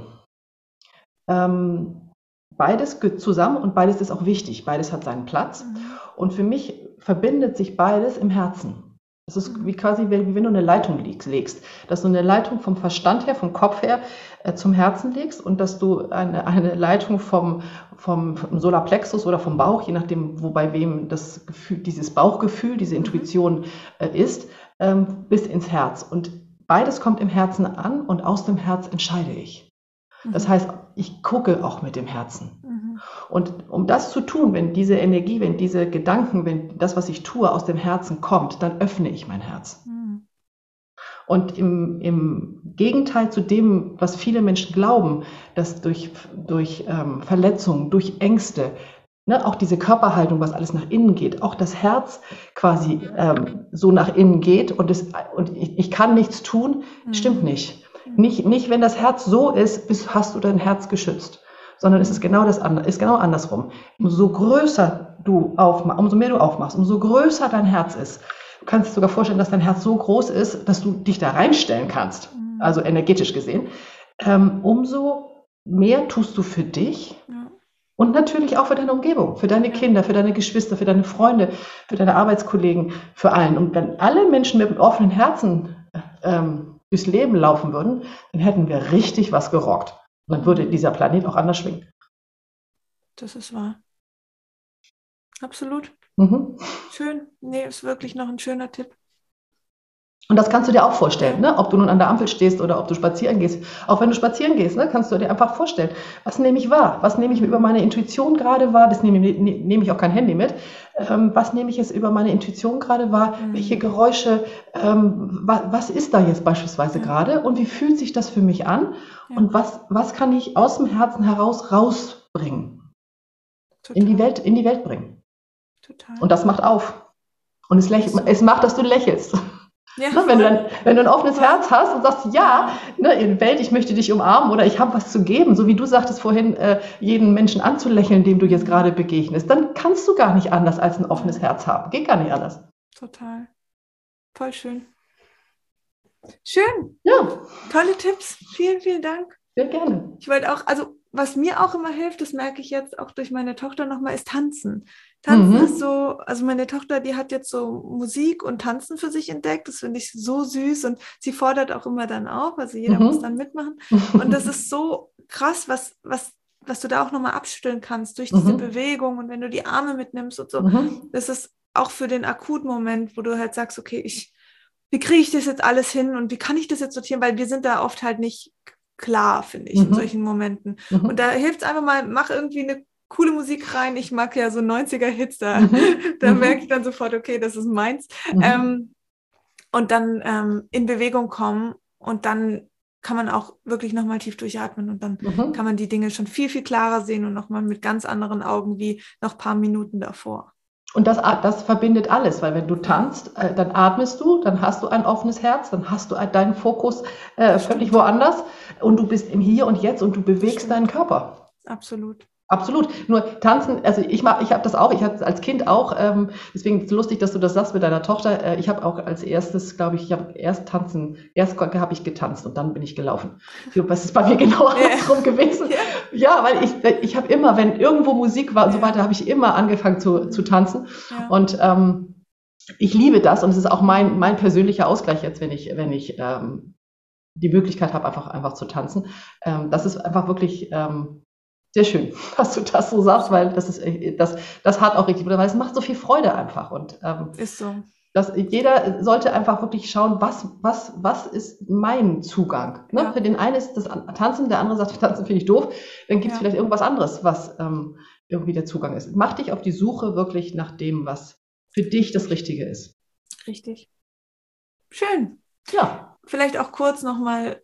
Ähm, beides gehört zusammen und beides ist auch wichtig. Beides hat seinen Platz. Mhm. Und für mich verbindet sich beides im Herzen. Es ist Mhm. wie quasi, wie wenn du eine Leitung legst. Dass du eine Leitung vom Verstand her, vom Kopf her äh, zum Herzen legst und dass du eine, eine Leitung vom, vom, vom Solarplexus oder vom Bauch, je nachdem, wo bei wem das Gefühl, dieses Bauchgefühl, diese Intuition äh, ist, ähm, bis ins Herz. Und beides kommt im Herzen an und aus dem Herz entscheide ich. Das heißt, ich gucke auch mit dem Herzen. Mhm. Und um das zu tun, wenn diese Energie, wenn diese Gedanken, wenn das, was ich tue, aus dem Herzen kommt, dann öffne ich mein Herz. Mhm. Und im, im Gegenteil zu dem, was viele Menschen glauben, dass durch, durch ähm, Verletzungen, durch Ängste, ne, auch diese Körperhaltung, was alles nach innen geht, auch das Herz quasi ähm, so nach innen geht und, es, und ich, ich kann nichts tun, Mhm. stimmt nicht. Nicht, nicht, wenn das Herz so ist, bist, hast du dein Herz geschützt, sondern es ist genau, das, ist genau andersrum. Umso größer du aufmachst, umso mehr du aufmachst, umso größer dein Herz ist. Du kannst dir sogar vorstellen, dass dein Herz so groß ist, dass du dich da reinstellen kannst, Mhm. also energetisch gesehen. Ähm, umso mehr tust du für dich Ja. und natürlich auch für deine Umgebung, für deine Ja. Kinder, für deine Geschwister, für deine Freunde, für deine Arbeitskollegen, für allen. Und wenn alle Menschen mit einem offenen Herzen ähm, durchs Leben laufen würden, dann hätten wir richtig was gerockt. Und dann würde dieser Planet auch anders schwingen. Das ist wahr. Absolut. Mhm. Schön. Nee, ist wirklich noch ein schöner Tipp. Und das kannst du dir auch vorstellen, ne? Ob du nun an der Ampel stehst oder ob du spazieren gehst. Auch wenn du spazieren gehst, ne, kannst du dir einfach vorstellen, was nehme ich wahr? Was nehme ich über meine Intuition gerade wahr? Das nehme, ne, nehme ich auch kein Handy mit. Ähm, was nehme ich jetzt über meine Intuition gerade wahr? Mhm. Welche Geräusche, ähm, was, was ist da jetzt beispielsweise Ja. gerade? Und wie fühlt sich das für mich an? Ja. Und was, was kann ich aus dem Herzen heraus rausbringen? Total. In die Welt, in die Welt bringen. Total. Und das macht auf. Und es, läch- So. es macht, dass du lächelst. Ja, Ne, wenn, du voll. dann, wenn du ein offenes Herz hast und sagst, ja, ne, in Welt, ich möchte dich umarmen oder ich habe was zu geben, so wie du sagtest vorhin, äh, jeden Menschen anzulächeln, dem du jetzt gerade begegnest, dann kannst du gar nicht anders als ein offenes Herz haben. Geht gar nicht anders. Total. Voll schön. Schön. Ja, Tolle Tipps. Vielen, vielen Dank. sehr gerne. Ich wollte auch, also was mir auch immer hilft, das merke ich jetzt auch durch meine Tochter nochmal, ist Tanzen. Tanzen Mhm. ist so, also meine Tochter, die hat jetzt so Musik und Tanzen für sich entdeckt. Das finde ich so süß und sie fordert auch immer dann auf, also jeder Mhm. muss dann mitmachen. Und das ist so krass, was, was, was du da auch nochmal abstellen kannst durch diese Mhm. Bewegung und wenn du die Arme mitnimmst und so. Mhm. Das ist auch für den akuten Moment, wo du halt sagst, okay, ich, wie kriege ich das jetzt alles hin und wie kann ich das jetzt sortieren, weil wir sind da oft halt nicht klar, finde ich, in Mhm. solchen Momenten. Mhm. Und da hilft es einfach mal, mach irgendwie eine coole Musik rein. Ich mag ja so neunziger-Hits, da, Mhm. da Mhm. merke ich dann sofort, okay, das ist meins. Mhm. Ähm, und dann ähm, in Bewegung kommen und dann kann man auch wirklich nochmal tief durchatmen und dann Mhm. kann man die Dinge schon viel, viel klarer sehen und nochmal mit ganz anderen Augen wie noch ein paar Minuten davor. Und das, das verbindet alles, weil wenn du tanzt, äh, dann atmest du, dann hast du ein offenes Herz, dann hast du deinen Fokus äh, Das völlig stimmt. woanders und du bist im Hier und Jetzt und du bewegst Stimmt. deinen Körper. Absolut. Absolut. Nur tanzen, also ich mach, ich habe das auch, ich hatte es als Kind auch, ähm, deswegen ist es lustig, dass du das sagst mit deiner Tochter. Äh, ich habe auch als erstes, glaube ich, ich habe erst tanzen, erst habe ich getanzt und dann bin ich gelaufen. Das ist bei mir genau Ja. andersrum gewesen. Ja. Ja, weil ich, ich habe immer, wenn irgendwo Musik war und so Ja. weiter, habe ich immer angefangen zu, zu tanzen. Ja. Und ähm, ich liebe das und es ist auch mein, mein persönlicher Ausgleich jetzt, wenn ich, wenn ich ähm, die Möglichkeit habe, einfach, einfach zu tanzen. Ähm, das ist einfach wirklich ähm, sehr schön, dass du das so sagst, weil das ist, das, das hat auch richtig, weil es macht so viel Freude einfach und ähm, Ist so. dass jeder sollte einfach wirklich schauen, was, was, was ist mein Zugang. Ne? Ja. Für den einen ist das Tanzen, der andere sagt, Tanzen finde ich doof. Dann gibt es Ja. vielleicht irgendwas anderes, was ähm, irgendwie der Zugang ist. Mach dich auf die Suche wirklich nach dem, was für dich das Richtige ist. Richtig. Schön. Ja. Vielleicht auch kurz nochmal,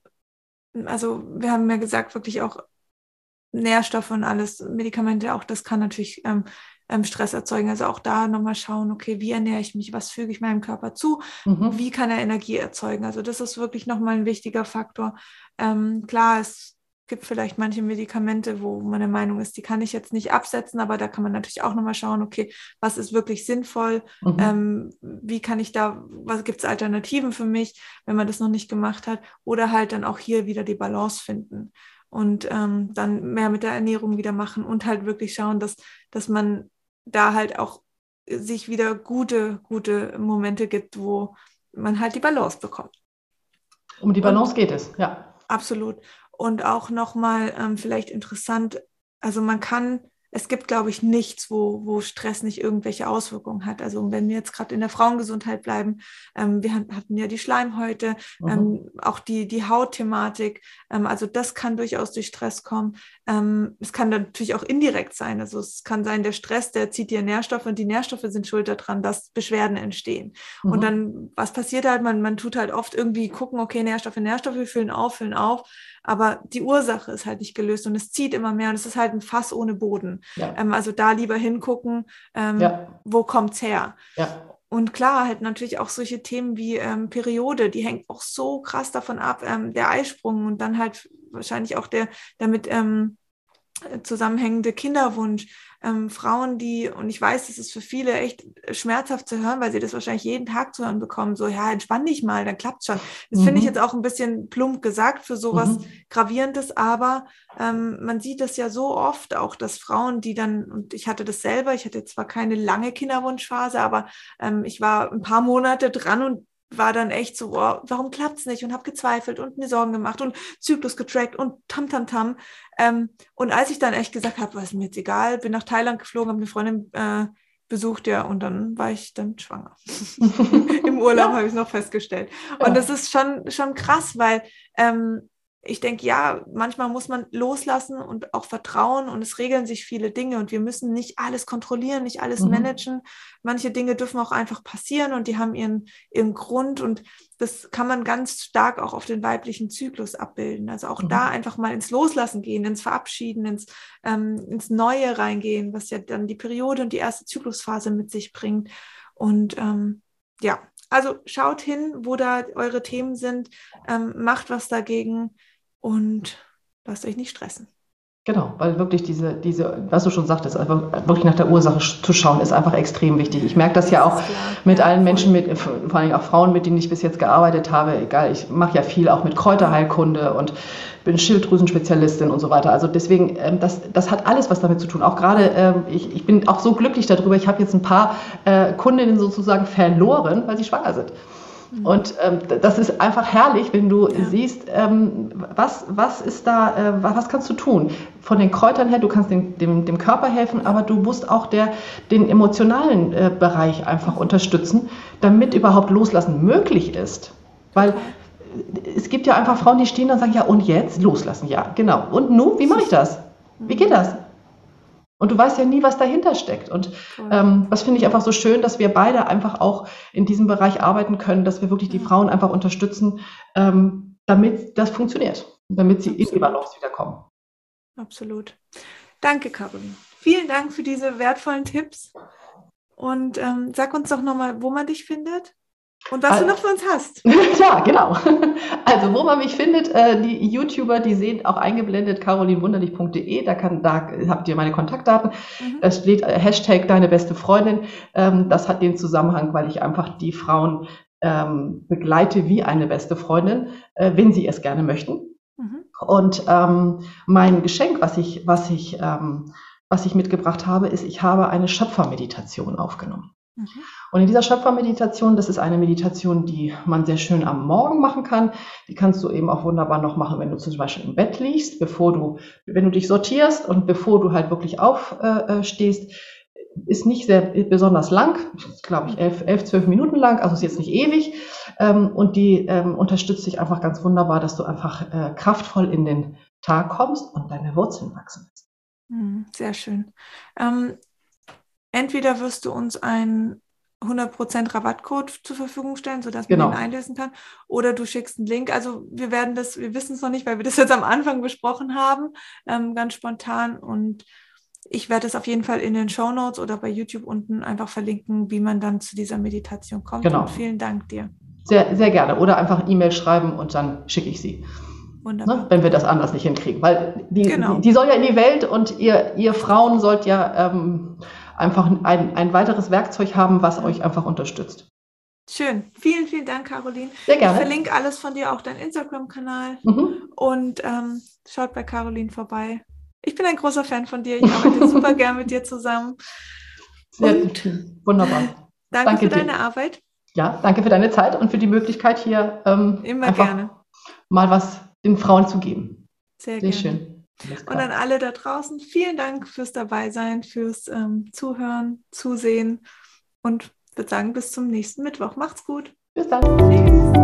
also wir haben ja gesagt, wirklich auch Nährstoffe und alles, Medikamente, auch das kann natürlich ähm, ähm, Stress erzeugen. Also auch da nochmal schauen, okay, wie ernähre ich mich, was füge ich meinem Körper zu, Mhm. wie kann er Energie erzeugen. Also das ist wirklich nochmal ein wichtiger Faktor. Ähm, klar, es gibt vielleicht manche Medikamente, wo man der Meinung ist, die kann ich jetzt nicht absetzen, aber da kann man natürlich auch nochmal schauen, okay, was ist wirklich sinnvoll, Mhm. ähm, wie kann ich da, was gibt es Alternativen für mich, wenn man das noch nicht gemacht hat, oder halt dann auch hier wieder die Balance finden und ähm, dann mehr mit der Ernährung wieder machen und halt wirklich schauen, dass, dass man da halt auch sich wieder gute, gute Momente gibt, wo man halt die Balance bekommt. Um die Balance Und geht es, ja. absolut. Und auch nochmal ähm, vielleicht interessant, also man kann, es gibt, glaube ich, nichts, wo, wo Stress nicht irgendwelche Auswirkungen hat. Also wenn wir jetzt gerade in der Frauengesundheit bleiben, ähm, wir hatten ja die Schleimhäute, Mhm. ähm, auch die, die Hautthematik, ähm, also das kann durchaus durch Stress kommen. Ähm, es kann natürlich auch indirekt sein. Also es kann sein, der Stress, der zieht dir Nährstoffe und die Nährstoffe sind schuld daran, dass Beschwerden entstehen. Mhm. Und dann, was passiert halt? Man, man tut halt oft irgendwie gucken, okay, Nährstoffe, Nährstoffe, wir füllen auf, füllen auf. Aber die Ursache ist halt nicht gelöst und es zieht immer mehr und es ist halt ein Fass ohne Boden. Ja. Ähm, also da lieber hingucken, ähm, Ja. wo kommt's her? Ja. Und klar, halt natürlich auch solche Themen wie ähm, Periode, die hängt auch so krass davon ab, ähm, der Eisprung und dann halt wahrscheinlich auch der damit ähm, zusammenhängende Kinderwunsch. Ähm, Frauen, die, und ich weiß, das ist für viele echt schmerzhaft zu hören, weil sie das wahrscheinlich jeden Tag zu hören bekommen, so, ja, entspann dich mal, dann klappt's schon. Das Mhm. finde ich jetzt auch ein bisschen plump gesagt für sowas Mhm. Gravierendes, aber ähm, man sieht das ja so oft auch, dass Frauen, die dann, und ich hatte das selber, ich hatte zwar keine lange Kinderwunschphase, aber ähm, ich war ein paar Monate dran und war dann echt so, oh, warum klappt's nicht? Und habe gezweifelt und mir Sorgen gemacht und Zyklus getrackt und tam, tam, tam. Ähm, und als ich dann echt gesagt habe, was ist mir jetzt egal, bin nach Thailand geflogen, habe eine Freundin äh, besucht, ja, und dann war ich dann schwanger. Im Urlaub Ja. habe ich es noch festgestellt. Ja. Und das ist schon, schon krass, weil ähm, ich denke, ja, manchmal muss man loslassen und auch vertrauen und es regeln sich viele Dinge und wir müssen nicht alles kontrollieren, nicht alles Mhm. managen. Manche Dinge dürfen auch einfach passieren und die haben ihren, ihren Grund und das kann man ganz stark auch auf den weiblichen Zyklus abbilden. Also auch Mhm. da einfach mal ins Loslassen gehen, ins Verabschieden, ins, ähm, ins Neue reingehen, was ja dann die Periode und die erste Zyklusphase mit sich bringt. Und ähm, ja, also schaut hin, wo da eure Themen sind, ähm, macht was dagegen und lasst euch nicht stressen. Genau, weil wirklich diese, diese, was du schon sagtest, einfach wirklich nach der Ursache zu schauen, ist einfach extrem wichtig. Ich merke das ja auch mit ja, allen Menschen, mit, vor allem auch Frauen, mit denen ich bis jetzt gearbeitet habe, egal, ich mache ja viel auch mit Kräuterheilkunde und bin Schilddrüsenspezialistin und so weiter. Also deswegen, ähm, das, das hat alles was damit zu tun. Auch gerade, ähm, ich, ich bin auch so glücklich darüber, ich habe jetzt ein paar äh, Kundinnen sozusagen verloren, weil sie schwanger sind. Und ähm, das ist einfach herrlich, wenn du ja. siehst, ähm, was, was ist da, äh, was kannst du tun? Von den Kräutern her, du kannst dem, dem, dem Körper helfen, aber du musst auch der, den emotionalen äh, Bereich einfach unterstützen, damit überhaupt Loslassen möglich ist. Weil es gibt ja einfach Frauen, die stehen da und sagen, ja und jetzt? Loslassen, ja, genau. Und nun, wie mache ich das? Wie geht das? Und du weißt ja nie, was dahinter steckt. Und ähm, das finde ich einfach so schön, dass wir beide einfach auch in diesem Bereich arbeiten können, dass wir wirklich die Frauen einfach unterstützen, ähm, damit das funktioniert, damit sie Absolut. in die Balance wiederkommen. Absolut. Danke, Caroline. Vielen Dank für diese wertvollen Tipps. Und ähm, sag uns doch nochmal, wo man dich findet. Und was also, du noch für uns hast. Ja, genau. Also, wo man mich findet, äh, die YouTuber, die sehen auch eingeblendet caroline wunderlich punkt de, da, kann, da habt ihr meine Kontaktdaten. Mhm. Da steht äh, Hashtag deine beste Freundin. Ähm, das hat den Zusammenhang, weil ich einfach die Frauen ähm, begleite wie eine beste Freundin, äh, wenn sie es gerne möchten. Mhm. Und ähm, mein Geschenk, was ich, was, ich, ähm, was ich mitgebracht habe, ist, ich habe eine Schöpfermeditation aufgenommen. Mhm. Und in dieser Schöpfermeditation, das ist eine Meditation, die man sehr schön am Morgen machen kann. Die kannst du eben auch wunderbar noch machen, wenn du zum Beispiel im Bett liegst, bevor du, wenn du dich sortierst und bevor du halt wirklich aufstehst. Ist nicht sehr besonders lang, glaube ich, elf, elf, zwölf Minuten lang, also ist jetzt nicht ewig. Und die unterstützt dich einfach ganz wunderbar, dass du einfach kraftvoll in den Tag kommst und deine Wurzeln wachsen lässt. Sehr schön. Ähm, entweder wirst du uns einen hundert Prozent Rabattcode zur Verfügung stellen, sodass man Genau. den einlösen kann, oder du schickst einen Link. Also wir werden das, wir wissen es noch nicht, weil wir das jetzt am Anfang besprochen haben, ähm, ganz spontan, und ich werde es auf jeden Fall in den Shownotes oder bei YouTube unten einfach verlinken, wie man dann zu dieser Meditation kommt. Genau. Und vielen Dank dir. Sehr, sehr gerne. Oder einfach E-Mail schreiben und dann schicke ich sie. Wunderbar. Ne, wenn wir das anders nicht hinkriegen. Weil die, Genau. die, die soll ja in die Welt und ihr, ihr Frauen sollt ja ähm, einfach ein, ein weiteres Werkzeug haben, was Ja. euch einfach unterstützt. Schön. Vielen, vielen Dank, Caroline. Sehr gerne. Ich verlinke alles von dir, auch deinen Instagram-Kanal. Mhm. Und ähm, schaut bei Caroline vorbei. Ich bin ein großer Fan von dir. Ich arbeite super gern mit dir zusammen. Sehr Und wunderbar. Danke, Danke für dir. deine Arbeit. Ja, danke für deine Zeit und für die Möglichkeit, hier ähm, Immer einfach gerne. mal was den Frauen zu geben. Sehr, Sehr gerne. schön. Und an alle da draußen, vielen Dank fürs Dabeisein, fürs ähm, Zuhören, Zusehen, und würde sagen, bis zum nächsten Mittwoch. Macht's gut. Bis dann. Tschüss.